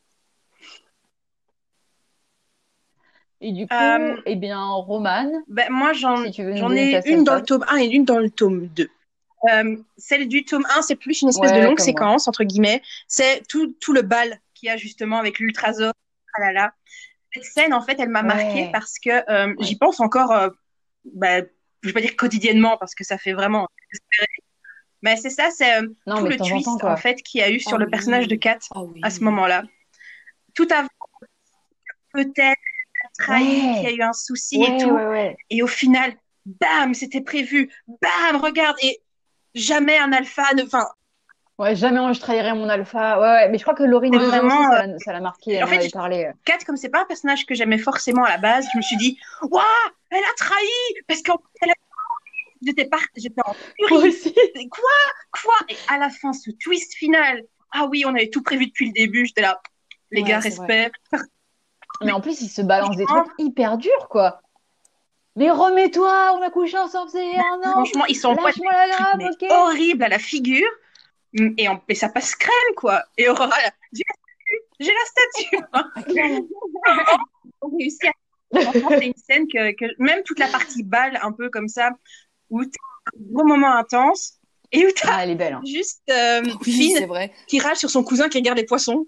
Speaker 1: Et du coup,
Speaker 3: Euh,
Speaker 1: eh bien, Romane,
Speaker 3: ben, moi, j'en,
Speaker 1: si tu veux nous
Speaker 3: j'en
Speaker 1: donner
Speaker 3: ai
Speaker 1: ta
Speaker 3: une
Speaker 1: scène
Speaker 3: dans le
Speaker 1: fave.
Speaker 3: tome un et une dans le tome deux. Euh, celle du tome un, c'est plus une espèce de
Speaker 1: Ouais,
Speaker 3: longue
Speaker 1: comme moi.
Speaker 3: séquence, entre guillemets. C'est tout, tout le bal qu'il y a justement avec l'Ultrasor. Ah là là. Cette scène, en fait, elle m'a marquée
Speaker 1: Ouais,
Speaker 3: parce que euh, j'y
Speaker 1: ouais.
Speaker 3: pense encore, euh, bah, je vais pas dire quotidiennement parce que ça fait vraiment. Mais c'est ça, c'est euh,
Speaker 1: Non,
Speaker 3: tout
Speaker 1: mais de
Speaker 3: le
Speaker 1: temps en temps,
Speaker 3: twist en
Speaker 1: quoi.
Speaker 3: fait qu'il y a eu
Speaker 4: Ah
Speaker 3: sur le personnage de
Speaker 4: oui.
Speaker 3: Kat
Speaker 4: Ah
Speaker 3: à ce
Speaker 4: oui.
Speaker 3: moment-là. Tout avant, peut-être trahi, qu'il y a
Speaker 1: Ouais,
Speaker 3: eu un souci et
Speaker 1: ouais,
Speaker 3: tout,
Speaker 1: ouais, ouais.
Speaker 3: et au final, bam, c'était prévu, bam, regarde, et jamais un alpha, ne... enfin,
Speaker 1: Ouais, jamais moi je trahirais mon alpha. Ouais, ouais. Mais je crois que Laurine
Speaker 3: c'est
Speaker 1: deux un aussi,
Speaker 3: vraiment.
Speaker 1: ça
Speaker 3: euh,
Speaker 1: l'a, ça l'a marqué. Elle
Speaker 3: En
Speaker 1: m'en
Speaker 3: fait,
Speaker 1: avait parlé.
Speaker 3: Kat, comme c'est pas un personnage que j'aimais forcément à la base, je me suis dit, waouh, elle a trahi, parce qu'en fait, elle a- j'étais par... j'étais en
Speaker 1: Moi
Speaker 3: furie.
Speaker 1: aussi.
Speaker 3: Et quoi, quoi? Et à la fin, ce twist final, ah oui, on avait tout prévu depuis le début, j'étais là, les gars,
Speaker 4: Ouais, c'est vrai.
Speaker 3: respect.
Speaker 1: Mais
Speaker 3: Mais
Speaker 1: en plus, il se balance des trucs
Speaker 3: franchement,
Speaker 1: hyper durs, quoi. Mais remets-toi, on a couché ensemble, c'est
Speaker 3: bah,
Speaker 1: un an.
Speaker 3: franchement, ils s'envoient
Speaker 1: Lâche-moi la
Speaker 3: des trucs
Speaker 1: grappe,
Speaker 3: mais
Speaker 1: ok?
Speaker 3: horribles à la figure. Mm, Et, en- et ça passe crème, quoi. Et Aurora, là, j'ai j'ai la statue.
Speaker 1: Ah, clairement.
Speaker 3: On réussit à... Franchement, c'est une scène que, que même toute la partie balle, un peu comme ça, où t'as un gros moment intense et où t'as
Speaker 1: Ah, elle est belle, hein.
Speaker 3: juste euh,
Speaker 4: Oui,
Speaker 3: Finn
Speaker 4: c'est vrai.
Speaker 3: qui rage sur son cousin qui regarde les poissons.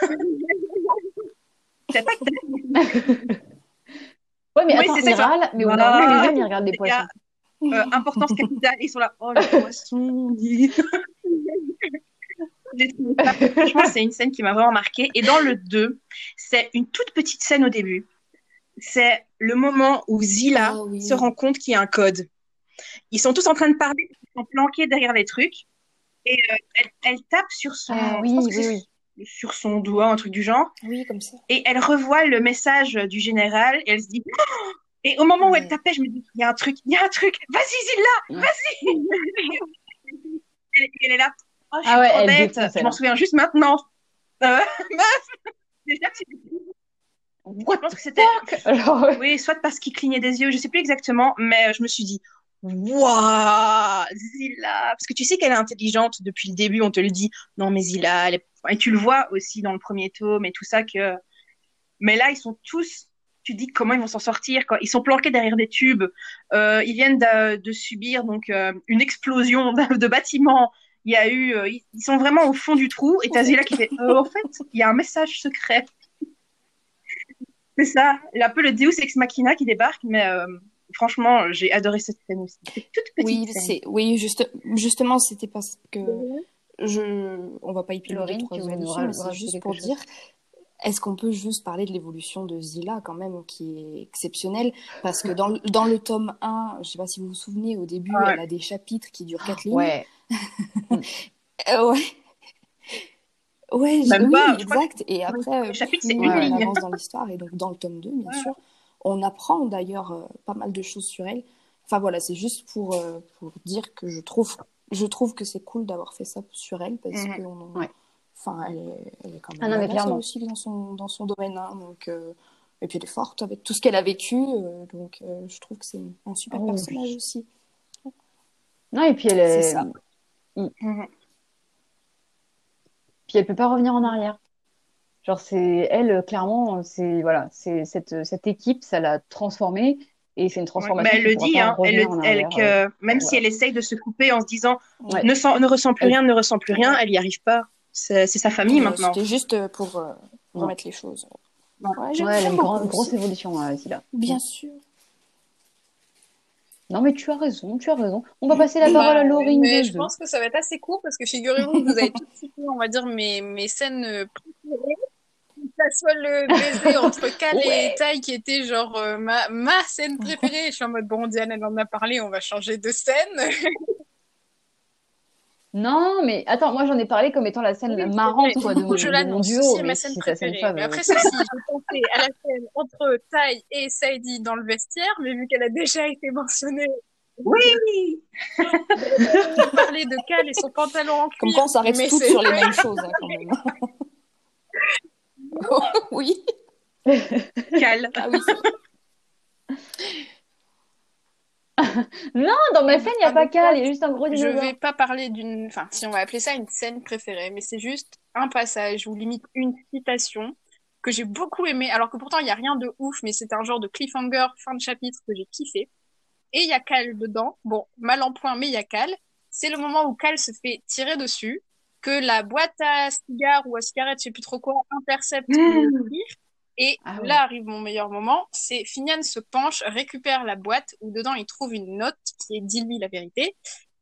Speaker 3: C'est pas que...
Speaker 1: Ouais, mais
Speaker 3: Oui,
Speaker 1: attends,
Speaker 3: c'est ça,
Speaker 1: il
Speaker 3: il fait,
Speaker 1: râle, mais au bout d'un moment, il les
Speaker 3: bah,
Speaker 1: aime, il regarde les
Speaker 3: il y a
Speaker 1: poissons.
Speaker 3: euh, importance capitale. Ils sont là, oh, les poissons. dit. J'ai trouvé ça- Franchement, c'est une scène qui m'a vraiment marquée. Et dans le deux, c'est une toute petite scène au début. C'est le moment où Zilla
Speaker 4: Ah
Speaker 3: se
Speaker 4: oui.
Speaker 3: rend compte qu'il y a un code. Ils sont tous en train de parler, ils sont planqués derrière les trucs. Et euh, elle, elle tape sur son,
Speaker 1: Ah
Speaker 3: je pense
Speaker 1: oui,
Speaker 3: que
Speaker 1: oui,
Speaker 3: c'est
Speaker 1: oui.
Speaker 3: sur son doigt, un truc du genre.
Speaker 4: Oui, comme ça.
Speaker 3: Et elle revoit le message du général et elle se dit. Et au moment où elle
Speaker 4: Ouais.
Speaker 3: tapait, je me dis, il y a un truc, il y a un truc. Vas-y, Zilla,
Speaker 1: Ouais.
Speaker 3: vas-y. Et elle est là. Oh, je
Speaker 1: Ah
Speaker 3: suis
Speaker 1: ouais,
Speaker 3: trop
Speaker 1: elle
Speaker 3: bête.
Speaker 1: défonce,
Speaker 3: Je
Speaker 1: elle,
Speaker 3: m'en
Speaker 1: hein.
Speaker 3: souviens juste maintenant. Euh, meuf, déjà, c'est- je
Speaker 1: What
Speaker 3: pense
Speaker 1: the
Speaker 3: que c'était,
Speaker 1: fuck? Genre, euh,
Speaker 3: oui, soit parce qu'il clignait des yeux, je sais plus exactement, mais euh, je me suis dit, waouh, Zilla, parce que tu sais qu'elle est intelligente depuis le début, on te le dit. Non, mais Zilla, elle est... et tu le vois aussi dans le premier tome et tout ça que, mais là, ils sont tous, tu te dis comment ils vont s'en sortir, quoi. Ils sont planqués derrière des tubes, euh, ils viennent de, de subir donc euh, une explosion de, de bâtiment. Il y a eu, euh, ils sont vraiment au fond du trou et t'as Zilla qui fait, euh, en fait, il y a un message secret. C'est ça, il y a un peu le Deus Ex Machina qui débarque, mais euh, franchement, j'ai adoré cette scène aussi. C'est toute petite
Speaker 4: Oui,
Speaker 3: scène.
Speaker 4: c'est, oui, juste, justement, c'était parce que je, on va pas épiloguer
Speaker 1: Laurine,
Speaker 4: trois
Speaker 1: tu
Speaker 4: heures
Speaker 1: voulais nous
Speaker 4: dessus,
Speaker 1: ra-
Speaker 4: mais c'est
Speaker 1: rajouter
Speaker 4: juste
Speaker 1: quelque
Speaker 4: pour
Speaker 1: chose?
Speaker 4: dire, est-ce qu'on peut juste parler de l'évolution de Zilla quand même, qui est exceptionnelle, parce que dans, le- dans le tome un, je sais pas si vous vous souvenez, au début,
Speaker 3: Ouais.
Speaker 4: elle a des chapitres qui durent quatre lignes.
Speaker 1: Ouais.
Speaker 4: Euh, ouais. Ouais, j-
Speaker 3: Même
Speaker 4: oui,
Speaker 3: pas, je crois que
Speaker 4: exact. Et après,
Speaker 3: le chapitre, c'est
Speaker 4: plus
Speaker 3: une
Speaker 1: Ouais,
Speaker 4: on
Speaker 3: ligne.
Speaker 4: avance dans l'histoire, et donc dans le tome deux, bien
Speaker 3: Ouais.
Speaker 4: sûr, on apprend d'ailleurs euh, pas mal de choses sur elle. Enfin voilà, c'est juste pour, euh, pour dire que je trouve, je trouve que c'est cool d'avoir fait ça sur elle, parce
Speaker 3: Mhm.
Speaker 4: que on,
Speaker 1: ouais.
Speaker 4: enfin, elle est, elle est quand
Speaker 1: Ah
Speaker 4: même
Speaker 1: non, mais
Speaker 4: badass, elle
Speaker 1: clairement.
Speaker 4: aussi dans son, dans son domaine. Hein, donc, euh, et puis elle est forte avec tout ce qu'elle a vécu. euh, donc euh, je trouve que c'est un super
Speaker 1: Oh,
Speaker 4: personnage
Speaker 1: oui.
Speaker 4: aussi.
Speaker 1: Non, et puis elle
Speaker 4: C'est
Speaker 1: est...
Speaker 4: ça.
Speaker 1: Mm.
Speaker 3: Mhm.
Speaker 1: Puis elle peut pas revenir en arrière. Genre, c'est elle, euh, clairement, c'est voilà, c'est cette, cette équipe, ça l'a transformée et c'est une
Speaker 3: Ouais. Mais
Speaker 1: transformation
Speaker 3: elle
Speaker 1: qui
Speaker 3: le
Speaker 1: pourra
Speaker 3: dit,
Speaker 1: pas
Speaker 3: hein, elle, le-
Speaker 1: revenir en
Speaker 3: elle,
Speaker 1: arrière. euh,
Speaker 3: que même si
Speaker 1: voilà.
Speaker 3: elle essaye de se couper en se disant
Speaker 1: Ouais.
Speaker 3: ne, sent- ne ressent plus
Speaker 1: Elle-
Speaker 3: rien, ne ressent plus rien,
Speaker 4: Ouais.
Speaker 3: elle y arrive pas. C'est c'est sa famille
Speaker 4: Ouais,
Speaker 3: maintenant.
Speaker 4: c'était juste pour euh,
Speaker 1: Ouais.
Speaker 4: remettre les choses.
Speaker 3: Ouais.
Speaker 4: Ouais, j'aime
Speaker 1: Ouais, elle a
Speaker 4: j'aime
Speaker 1: une
Speaker 4: beaucoup
Speaker 1: grande, grosse
Speaker 4: aussi.
Speaker 1: évolution, euh, Scylla. Mm.
Speaker 4: Bien sûr.
Speaker 1: Non, mais tu as raison, tu as raison. On va passer la
Speaker 2: Bah,
Speaker 1: parole à
Speaker 2: ouais,
Speaker 1: Laurine
Speaker 2: mais je
Speaker 1: deux.
Speaker 2: pense que ça va être assez court parce que figurez-vous que vous avez tout cité, on va dire, mes, mes scènes euh, préférées. Que ça soit le baiser entre Cal et
Speaker 1: Ouais.
Speaker 2: Tai qui était genre euh, ma, ma scène préférée. Je suis en mode, bon, Diane, elle en a parlé, on va changer de scène.
Speaker 1: Non, mais attends, moi j'en ai parlé comme étant la scène
Speaker 2: Oui, c'est
Speaker 1: marrante
Speaker 2: vrai.
Speaker 1: quoi, de,
Speaker 2: Du coup, je
Speaker 1: de mon
Speaker 2: l'annonce.
Speaker 1: duo,
Speaker 2: Ceci est
Speaker 1: mais
Speaker 2: ma
Speaker 1: si
Speaker 2: scène
Speaker 1: c'est ta scène
Speaker 2: préférée.
Speaker 1: fave.
Speaker 2: Mais
Speaker 1: euh,
Speaker 2: après ceci, j'ai pensé à la scène entre Tai et Saidi dans le vestiaire, mais vu qu'elle a déjà été mentionnée,
Speaker 3: Oui.
Speaker 2: je vais parler de Cal et son pantalon en
Speaker 4: Comme
Speaker 2: cuir.
Speaker 4: quoi, on s'arrête
Speaker 2: Mais
Speaker 4: toutes
Speaker 2: c'est
Speaker 4: sur les
Speaker 2: fait.
Speaker 4: mêmes choses, hein, quand même. Oui.
Speaker 3: Cal.
Speaker 4: Ah oui, c'est vrai.
Speaker 1: Non, dans ma scène, il n'y a pas Cal, il y a
Speaker 2: Je
Speaker 1: juste un gros
Speaker 2: vais
Speaker 1: dinosaure.
Speaker 2: pas parler d'une, enfin, si on va appeler ça une scène préférée, mais c'est juste un passage ou limite une citation que j'ai beaucoup aimé, alors que pourtant il y a rien de ouf, mais c'est un genre de cliffhanger fin de chapitre que j'ai kiffé. Et il y a Cal dedans. Bon, mal en point, mais il y a Cal. C'est le moment où Cal se fait tirer dessus, que la boîte à cigares ou à cigarettes, je sais plus trop quoi, intercepte le
Speaker 3: Mmh.
Speaker 2: tir. Et
Speaker 1: Ah
Speaker 2: là
Speaker 1: ouais.
Speaker 2: arrive mon meilleur moment, c'est Finian se penche, récupère la boîte où dedans il trouve une note qui est dis-lui la vérité.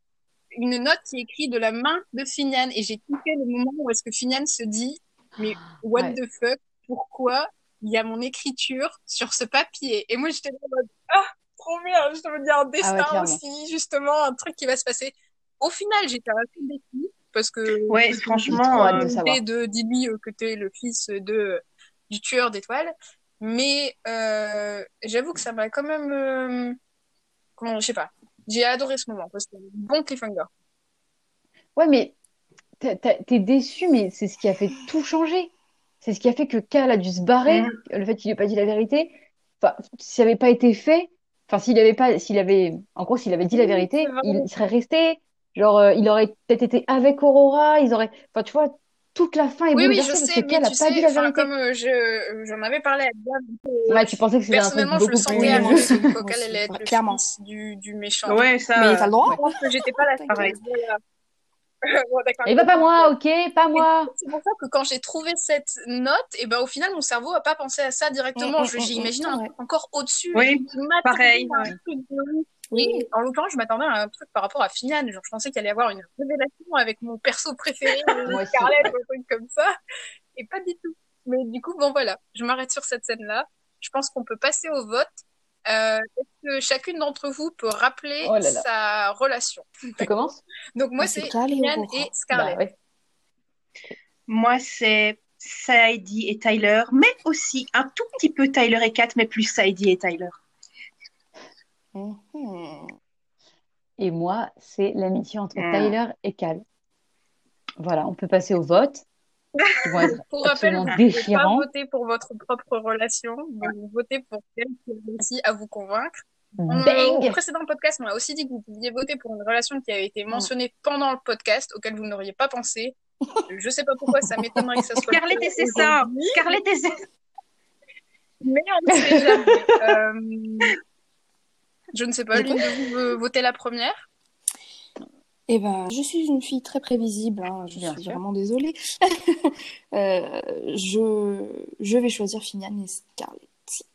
Speaker 2: Une note qui est écrite de la main de Finian. Et j'ai kiffé le moment où est-ce que Finian se dit, mais what
Speaker 1: Ouais.
Speaker 2: the fuck, pourquoi il y a mon écriture sur ce papier? Et moi j'étais en mode, ah, trop bien, je veux dire un
Speaker 1: Ah ouais,
Speaker 2: destin
Speaker 1: clairement.
Speaker 2: aussi, justement, un truc qui va se passer. Au final, j'étais assez déçue parce que
Speaker 3: Ouais,
Speaker 2: j'ai
Speaker 1: J'ai
Speaker 3: franchement,
Speaker 1: trop hâte
Speaker 3: euh,
Speaker 1: de
Speaker 2: l'idée
Speaker 1: savoir.
Speaker 2: de dis-lui que t'es le fils de du tueur d'étoiles, mais euh, j'avoue que ça m'a quand même, euh, comment, je sais pas, j'ai adoré ce moment parce que bon cliffhanger.
Speaker 1: Ouais, mais t'as- t'as- t'es déçu, mais c'est ce qui a fait tout changer. C'est ce qui a fait que Cal a dû se barrer,
Speaker 3: mmh.
Speaker 1: le fait qu'il n'ait pas dit la vérité. Enfin, si ça n'avait pas été fait, enfin, s'il avait pas, s'il avait, en gros, s'il avait dit la
Speaker 2: Oui, c'est
Speaker 1: vérité,
Speaker 2: vrai.
Speaker 1: il, il serait resté. Genre, euh, il aurait peut-être été avec Aurora, ils auraient, enfin, tu vois, toute la fin est
Speaker 2: Oui, oui, je
Speaker 1: bouleversée parce que
Speaker 2: sais, mais
Speaker 1: Cal a
Speaker 2: tu
Speaker 1: pas dit
Speaker 2: sais,
Speaker 1: la
Speaker 2: enfin, comme
Speaker 1: vérité.
Speaker 2: euh, je j'en avais parlé à Diane,
Speaker 1: Ouais, tu pensais que c'était un truc
Speaker 2: personnellement, je le
Speaker 1: beaucoup
Speaker 2: sentais
Speaker 4: Oui, moi
Speaker 1: plus.
Speaker 2: arriver,
Speaker 4: aussi.
Speaker 2: comme
Speaker 4: Moi
Speaker 2: quoi elle
Speaker 4: aussi.
Speaker 2: allait être
Speaker 4: Vra-
Speaker 2: le
Speaker 4: Clairement.
Speaker 2: fils du, du méchant.
Speaker 3: Ouais,
Speaker 4: Mais
Speaker 3: ça,
Speaker 4: t'as
Speaker 3: euh,
Speaker 4: le droit,
Speaker 1: Ouais.
Speaker 2: Je pense que j'étais pas la
Speaker 3: pareil.
Speaker 2: seule. Voilà. Bon, d'accord,
Speaker 1: Et
Speaker 2: il
Speaker 1: bah,
Speaker 2: va
Speaker 1: pas
Speaker 2: pas
Speaker 1: moi,
Speaker 2: dire.
Speaker 1: ok, pas
Speaker 2: Et
Speaker 1: moi.
Speaker 2: c'est pour ça que quand j'ai trouvé cette note, et ben au final mon cerveau a pas pensé à ça
Speaker 4: Hum,
Speaker 2: directement.
Speaker 4: hum,
Speaker 2: Je-
Speaker 4: hum,
Speaker 2: J'ai
Speaker 4: hum,
Speaker 2: imaginé
Speaker 4: c'est
Speaker 2: un
Speaker 4: vrai.
Speaker 2: truc encore au-dessus et
Speaker 3: Oui,
Speaker 2: je m'attendais
Speaker 3: pareil.
Speaker 2: à un
Speaker 3: Ouais.
Speaker 2: truc de ouf.
Speaker 4: Oui.
Speaker 2: Et en l'occurrence, je m'attendais à un truc par rapport à Finian. Genre, je pensais qu'il allait y avoir une révélation avec mon perso préféré,
Speaker 1: Moi aussi.
Speaker 2: Scarlett, ou un truc comme ça. Et pas du tout. Mais du coup, bon voilà, je m'arrête sur cette scène-là. Je pense qu'on peut passer au vote. Euh, est-ce que chacune d'entre vous peut rappeler
Speaker 1: Oh là là.
Speaker 2: sa relation?
Speaker 1: Tu
Speaker 2: D'accord.
Speaker 1: commences?
Speaker 2: Donc moi,
Speaker 4: Moi, c'est
Speaker 2: c'est
Speaker 4: Cal et
Speaker 2: Finian
Speaker 4: Aurora.
Speaker 2: et
Speaker 1: Bah
Speaker 2: Scarlett.
Speaker 1: ouais.
Speaker 3: Moi, c'est Saïdi et Tyler, mais aussi un tout petit peu Tyler et Kat, mais plus Saïdi et Tyler.
Speaker 4: Mhm.
Speaker 1: Et moi, c'est l'amitié entre
Speaker 3: Mmh.
Speaker 1: Tyler et Cal. Voilà, on peut passer au vote, qui vont être
Speaker 2: Pour rappel,
Speaker 1: absolument
Speaker 2: vous ne pouvez pas
Speaker 1: déchirants.
Speaker 2: voter pour votre propre relation, donc vous votez pour celle qui réussit à vous convaitre. On- Au
Speaker 1: Bang!
Speaker 2: précédent podcast, on a aussi dit que vous pouviez voter pour une relation qui avait été mentionnée pendant le podcast, auquel vous n'auriez pas pensé. Je sais pas pourquoi, ça m'étonnerait que ça soit le
Speaker 3: Scarlett
Speaker 2: cas
Speaker 3: et ses seins.
Speaker 2: aujourd'hui,
Speaker 3: Scarlett et ses
Speaker 2: mais on ne sait jamais. Euh, Je ne sais pas,
Speaker 4: De
Speaker 2: l'une
Speaker 4: quoi?
Speaker 2: de vous veut voter la première?
Speaker 4: Eh ben, je suis une fille très prévisible, hein, je
Speaker 1: Bien
Speaker 4: suis
Speaker 1: sûr.
Speaker 4: vraiment désolée. Euh, je, je vais choisir Finian et Scarlett.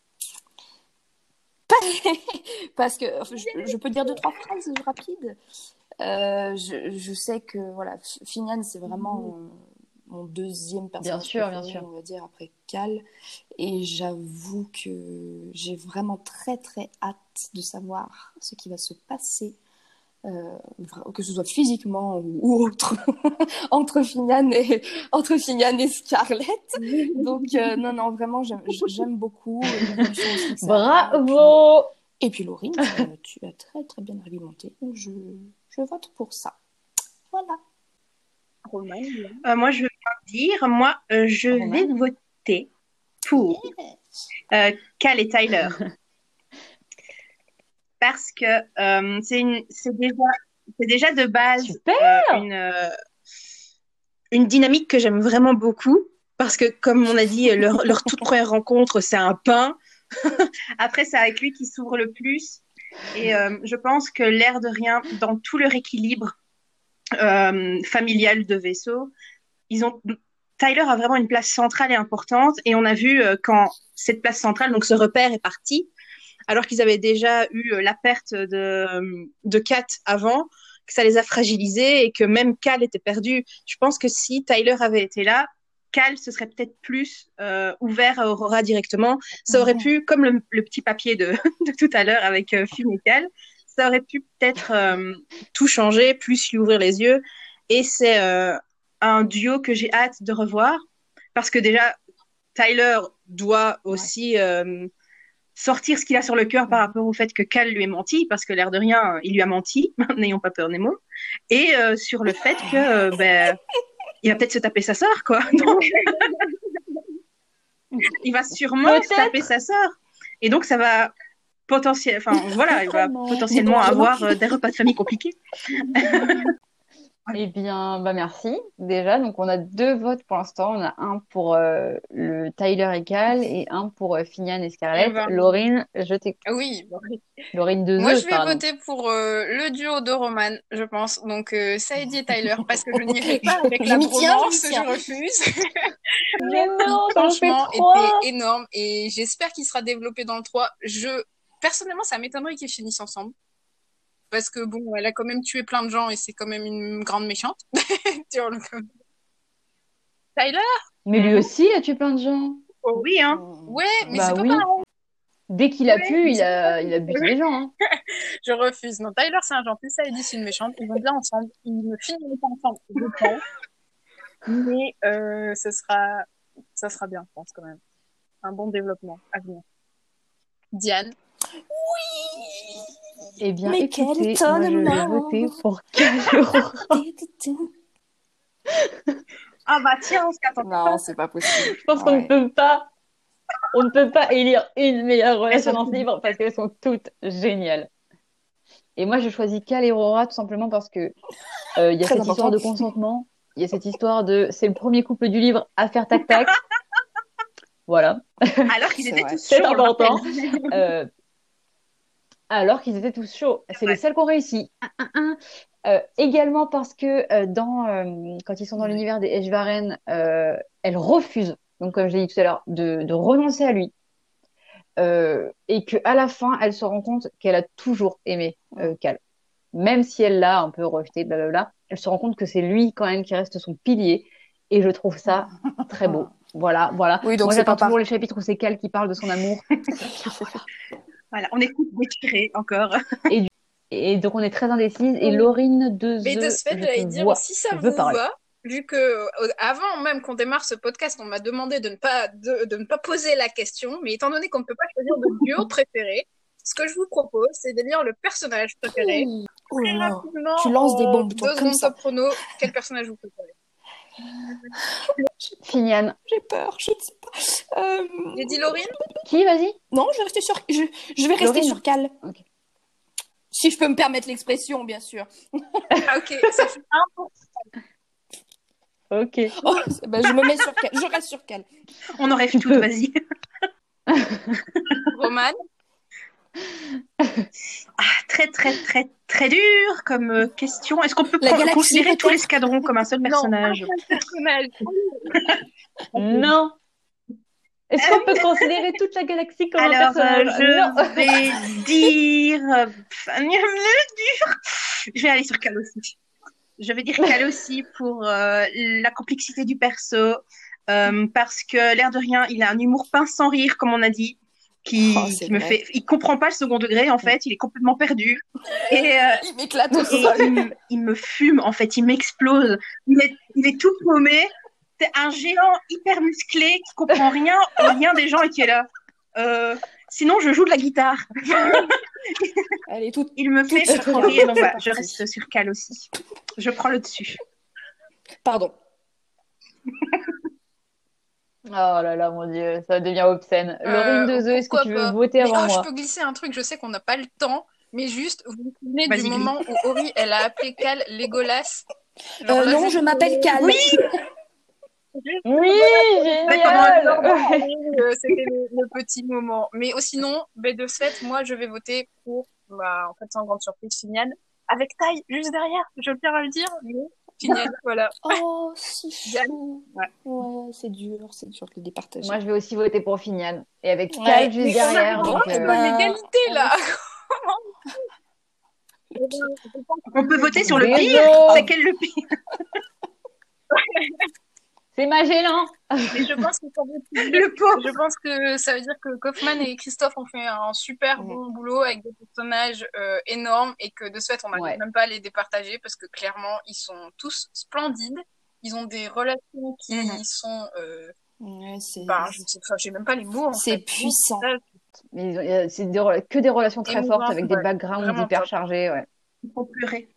Speaker 4: Parce que enfin, je, je peux dire deux, trois phrases rapides. Euh, je, je sais que voilà, F- Finian, c'est vraiment euh, mon deuxième
Speaker 1: Bien
Speaker 4: personnage
Speaker 1: sûr, bien
Speaker 4: préféré,
Speaker 1: sûr.
Speaker 4: on va dire, après Cal. Et j'avoue que j'ai vraiment très très hâte de savoir ce qui va se passer, euh, vra- que ce soit physiquement ou, ou autre, entre Finian et, entre Finian et Scarlett. Donc, euh, non, non, vraiment, j'aime, j'aime beaucoup l'évolution aussi que ça a. Et puis,
Speaker 1: Bravo!
Speaker 4: et puis Laurine, tu, as- tu as très très bien argumenté. Donc, je, je vote pour ça. Voilà.
Speaker 2: Roman, là.
Speaker 3: Euh, moi, je vais dire, moi, euh, je
Speaker 1: Roman.
Speaker 3: vais voter pour euh, Cal et Tyler. Parce que euh, c'est une, c'est déjà, c'est déjà de base
Speaker 1: Super!
Speaker 3: euh, une, euh, une dynamique que j'aime vraiment beaucoup. Parce que, comme on a dit, leur, leur toute première rencontre, c'est un pain. Après, c'est avec lui qui s'ouvre le plus. Et euh, je pense que l'air de rien, dans tout leur équilibre euh, familial de vaisseau, ils ont Tyler a vraiment une place centrale et importante. Et on a vu euh, quand cette place centrale, donc ce repère est parti, alors qu'ils avaient déjà eu euh, la perte de, de Kat avant, que ça les a fragilisés et que même Cal était perdu. Je pense que si Tyler avait été là, Cal se serait peut-être plus euh, ouvert à Aurora directement. Ça aurait pu, comme le, le petit papier de, de tout à l'heure avec euh, Finn et Cal, ça aurait pu peut-être euh, tout changer, plus lui ouvrir les yeux. Et c'est euh, un duo que j'ai hâte de revoir parce que déjà, Tyler doit aussi ouais. euh, sortir ce qu'il a sur le cœur par rapport au fait que Cal lui ait menti, parce que l'air de rien, il lui a menti, n'ayons pas peur Nemo, et euh, sur le fait que euh, ben, il va peut-être se taper sa sœur, quoi. Donc, il va sûrement
Speaker 1: Peut-être.
Speaker 3: se taper sa sœur. Et donc, ça va potentiellement, enfin, voilà, il va potentiellement avoir euh, des repas de famille compliqués.
Speaker 1: Eh bien, bah merci déjà. Donc, on a deux votes pour l'instant. On a un pour euh, le Tyler et Cal et un pour euh, Finian et Scarlett.
Speaker 2: Eh ben,
Speaker 1: Laurine, je t'écoute.
Speaker 2: Oui. bon.
Speaker 1: Laurine deux
Speaker 2: Moi,
Speaker 1: œufs,
Speaker 2: je vais
Speaker 1: pardon.
Speaker 2: voter pour euh, le duo de Roman, je pense. Donc, euh, Saïdi et Tyler, parce que je n'irai pas avec
Speaker 4: Je
Speaker 2: la
Speaker 4: m'y tiens,
Speaker 2: bromance,
Speaker 4: je m'y tiens.
Speaker 2: je refuse.
Speaker 1: Mais non, ça en fait
Speaker 2: Franchement,
Speaker 1: trois.
Speaker 2: était énorme et j'espère qu'il sera développé dans le trois. Je, personnellement, ça m'étonnerait qu'ils finissent ensemble. Parce que bon, elle a quand même tué plein de gens et c'est quand même une grande méchante. Tyler?
Speaker 1: Mais lui aussi, il a tué plein de gens.
Speaker 2: Oh.
Speaker 3: Oui, hein.
Speaker 2: Ouais, mais
Speaker 1: Bah
Speaker 2: c'est pas
Speaker 1: oui.
Speaker 2: pareil.
Speaker 1: Dès qu'il a
Speaker 2: Ouais,
Speaker 1: pu,
Speaker 2: mais
Speaker 1: il
Speaker 2: c'est
Speaker 1: a, il a buté les gens. Hein.
Speaker 2: Je refuse. Non, Tyler, c'est un gentil. Saïdi, c'est une méchante. Ils vont bien ensemble. Ils ne finiront pas ensemble, je pense. Mais euh, ce sera, ça sera bien, je pense, quand même. Un bon développement à venir. Diane?
Speaker 1: Eh bien,
Speaker 4: Mais
Speaker 1: écoutez,
Speaker 4: quel
Speaker 1: moi, je vais
Speaker 4: étonnement.
Speaker 1: voter pour Cal et Aurora.
Speaker 3: Ah bah tiens, on s'attend pas.
Speaker 4: Non, c'est pas possible.
Speaker 1: Je pense qu'on ne
Speaker 4: Ouais.
Speaker 1: peut pas, on ne peut pas élire une meilleure relation
Speaker 3: sont
Speaker 1: dans ce livre parce qu'elles sont toutes géniales. Et moi, je choisis Cal et Aurora tout simplement parce que euh, il y a
Speaker 4: Très
Speaker 1: cette
Speaker 4: important.
Speaker 1: histoire de consentement, il y a cette histoire de c'est le premier couple du livre à faire tac tac. Voilà.
Speaker 3: Alors qu'ils
Speaker 4: C'est
Speaker 3: étaient
Speaker 4: vrai.
Speaker 3: tous
Speaker 1: C'est
Speaker 3: chauds, on le rappelle.
Speaker 1: important. Euh, alors qu'ils étaient tous chauds. C'est
Speaker 3: Ouais.
Speaker 1: les seuls qui ont réussi. Un, un, un. Euh, également parce que euh, dans, euh, quand ils sont dans
Speaker 3: Ouais.
Speaker 1: l'univers des Eshvaren, euh, elle refuse, donc comme je l'ai dit tout à l'heure, de, de renoncer à lui. Euh, et qu'à la fin, elle se rend compte qu'elle a toujours aimé euh, Cal. Même si elle l'a un peu rejeté, blablabla, elle se rend compte que c'est lui quand même qui reste son pilier. Et je trouve ça très beau. Voilà, voilà.
Speaker 4: Oui, donc
Speaker 1: Moi,
Speaker 4: c'est
Speaker 1: j'attends
Speaker 4: pas
Speaker 1: toujours
Speaker 4: par-
Speaker 1: les chapitres où c'est Cal qui parle de son amour.
Speaker 3: Voilà, on écoute déchiré encore.
Speaker 1: Et, du- et donc, on est très indécises. Et Laurine deux
Speaker 2: Mais de
Speaker 1: œufs,
Speaker 2: ce fait,
Speaker 1: je te
Speaker 2: j'allais dire,
Speaker 1: vois.
Speaker 2: si ça
Speaker 1: Je veux
Speaker 2: vous
Speaker 1: parler.
Speaker 2: va, vu que euh, avant même qu'on démarre ce podcast, on m'a demandé de ne pas de, de ne pas poser la question, mais étant donné qu'on ne peut pas choisir de duo préféré, ce que je vous propose, c'est d'élire le personnage préféré.
Speaker 4: Oh là
Speaker 2: Très
Speaker 4: là.
Speaker 2: rapidement,
Speaker 4: Tu lances des
Speaker 2: en
Speaker 4: bombes, toi,
Speaker 2: deux
Speaker 4: comme
Speaker 2: secondes
Speaker 4: ça.
Speaker 2: top chrono, quel personnage vous préférez?
Speaker 1: Finian.
Speaker 4: J'ai peur, je ne sais pas. Euh,
Speaker 2: J'ai dit Laurine?
Speaker 1: Qui, vas-y?
Speaker 4: Non, je vais rester sur, je, je vais rester
Speaker 1: Laurine.
Speaker 4: sur Cal.
Speaker 1: Ok.
Speaker 4: Si je peux me permettre l'expression, bien sûr.
Speaker 2: Ah, ok, ça fait un pour
Speaker 1: Ok.
Speaker 4: Oh, ben, je me mets sur Cal. Je reste sur Cal.
Speaker 3: On en rêve
Speaker 1: Tu
Speaker 3: toutes,
Speaker 1: peux.
Speaker 3: vas-y.
Speaker 2: Roman.
Speaker 3: Ah, très, très, très, très dur comme euh, question. Est-ce qu'on peut
Speaker 4: La
Speaker 3: prendre-
Speaker 4: galaxie,
Speaker 3: considérer tout
Speaker 4: peut-être
Speaker 3: l'escadron comme un seul
Speaker 2: Non,
Speaker 3: personnage?
Speaker 2: un seul personnage.
Speaker 1: Non. Est-ce qu'on peut considérer toute la galaxie comme un
Speaker 3: Alors, euh,
Speaker 1: personnage? Non.
Speaker 3: je vais dire... euh, pff, dur. Je vais aller sur Cal aussi. Je vais dire Cal aussi pour euh, la complexité du perso, euh, parce que l'air de rien, il a un humour pince sans rire, comme on a dit, qui,
Speaker 4: Oh, c'est
Speaker 3: qui me
Speaker 4: vrai.
Speaker 3: fait... Il comprend pas le second degré, en fait, il est complètement perdu. Et, euh,
Speaker 4: Il m'éclate au
Speaker 3: et
Speaker 4: sol.
Speaker 3: il, me- il me fume, en fait, il m'explose. Il est, il est tout paumé. C'est un géant hyper musclé qui comprend rien au lien des gens et qui est là. Euh, sinon, je joue de la guitare.
Speaker 4: Elle est toute.
Speaker 3: Il me
Speaker 4: Toute
Speaker 3: fait pas trop
Speaker 4: surchargée,
Speaker 3: rire, donc
Speaker 4: c'est
Speaker 3: voilà, je
Speaker 4: parti.
Speaker 3: reste sur Cal aussi. Je prends le dessus.
Speaker 4: Pardon.
Speaker 1: Oh là là, mon Dieu, ça devient obscène. Laurine
Speaker 2: Euh,
Speaker 1: Dezeux, est-ce que
Speaker 2: pourquoi
Speaker 1: tu veux
Speaker 2: pas?
Speaker 1: voter
Speaker 2: Mais
Speaker 1: avant
Speaker 2: oh, je
Speaker 1: moi?
Speaker 2: peux glisser un truc, je sais qu'on n'a pas le temps, mais juste, vous vous souvenez du
Speaker 3: Vas-y,
Speaker 2: moment où Ori, elle a appelé Cal Legolas? Genre
Speaker 4: Euh,
Speaker 2: là,
Speaker 4: non,
Speaker 2: juste
Speaker 4: je
Speaker 2: pour
Speaker 4: m'appelle
Speaker 2: le-
Speaker 4: Cal.
Speaker 3: Oui,
Speaker 2: juste
Speaker 1: Oui,
Speaker 3: mais pendant un
Speaker 1: génial!
Speaker 2: euh, c'était le, le petit moment. Mais oh, sinon, ben, de ce fait, moi, je vais voter pour, bah, en fait, sans grande surprise, Finian, avec taille juste derrière, je tiens à le dire, mais Finian, voilà.
Speaker 4: Oh, si
Speaker 2: Diane.
Speaker 4: chou.
Speaker 3: Ouais.
Speaker 4: Ouais, c'est dur, c'est dur de les départager.
Speaker 1: Moi, je vais aussi voter pour Finian. Et avec
Speaker 4: Ouais.
Speaker 1: Cal juste
Speaker 2: Mais on a
Speaker 1: derrière.
Speaker 2: le
Speaker 1: Donc,
Speaker 2: droit
Speaker 1: euh,
Speaker 2: de
Speaker 4: ben,
Speaker 2: l'égalité, là!
Speaker 3: on peut voter sur le
Speaker 1: Désolé.
Speaker 3: pire. C'est quel le pire?
Speaker 1: C'est Magellan!
Speaker 2: Mais je pense que ça veut tout dire.
Speaker 3: Le pauvre.
Speaker 2: Je pense que ça veut dire que Kaufman et Christophe ont fait un super
Speaker 4: Mhm.
Speaker 2: bon boulot avec des personnages euh, énormes et que de ce fait, on n'arrive
Speaker 1: Ouais.
Speaker 2: même pas à les départager parce que clairement, ils sont tous splendides. Ils ont des relations qui
Speaker 3: Mhm.
Speaker 2: sont... Euh,
Speaker 4: Ouais, c'est
Speaker 2: bah, je sais pas, j'ai même pas les mots en
Speaker 4: c'est
Speaker 2: fait.
Speaker 4: puissant.
Speaker 2: Ça,
Speaker 1: Mais ils ont- il y a- c'est des rela- que des relations très
Speaker 2: émouvant,
Speaker 1: fortes avec des
Speaker 2: ouais.
Speaker 1: backgrounds
Speaker 2: Vraiment
Speaker 1: hyper
Speaker 2: top.
Speaker 1: chargés. Ouais.
Speaker 3: Il faut pleurer.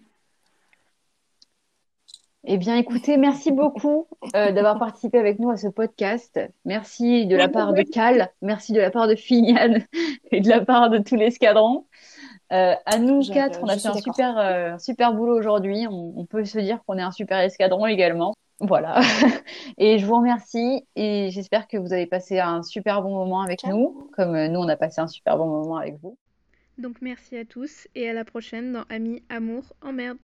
Speaker 1: Eh bien, écoutez, merci beaucoup euh, d'avoir participé avec nous à ce podcast. Merci de la part de Cal, merci de la part de Finian et de la part de tout l'escadron. Euh, à nous
Speaker 4: Je-
Speaker 1: quatre, on
Speaker 4: je
Speaker 1: a fait
Speaker 4: suis
Speaker 1: un
Speaker 4: d'accord.
Speaker 1: super, euh, un super boulot aujourd'hui. On, on peut se dire qu'on est un super escadron également. Voilà. Et je vous remercie et j'espère que vous avez passé un super bon moment avec
Speaker 4: Ciao.
Speaker 1: nous, comme euh, nous, on a passé un super bon moment avec vous.
Speaker 5: Donc merci à tous et à la prochaine dans Amis, Amour, Emmerde.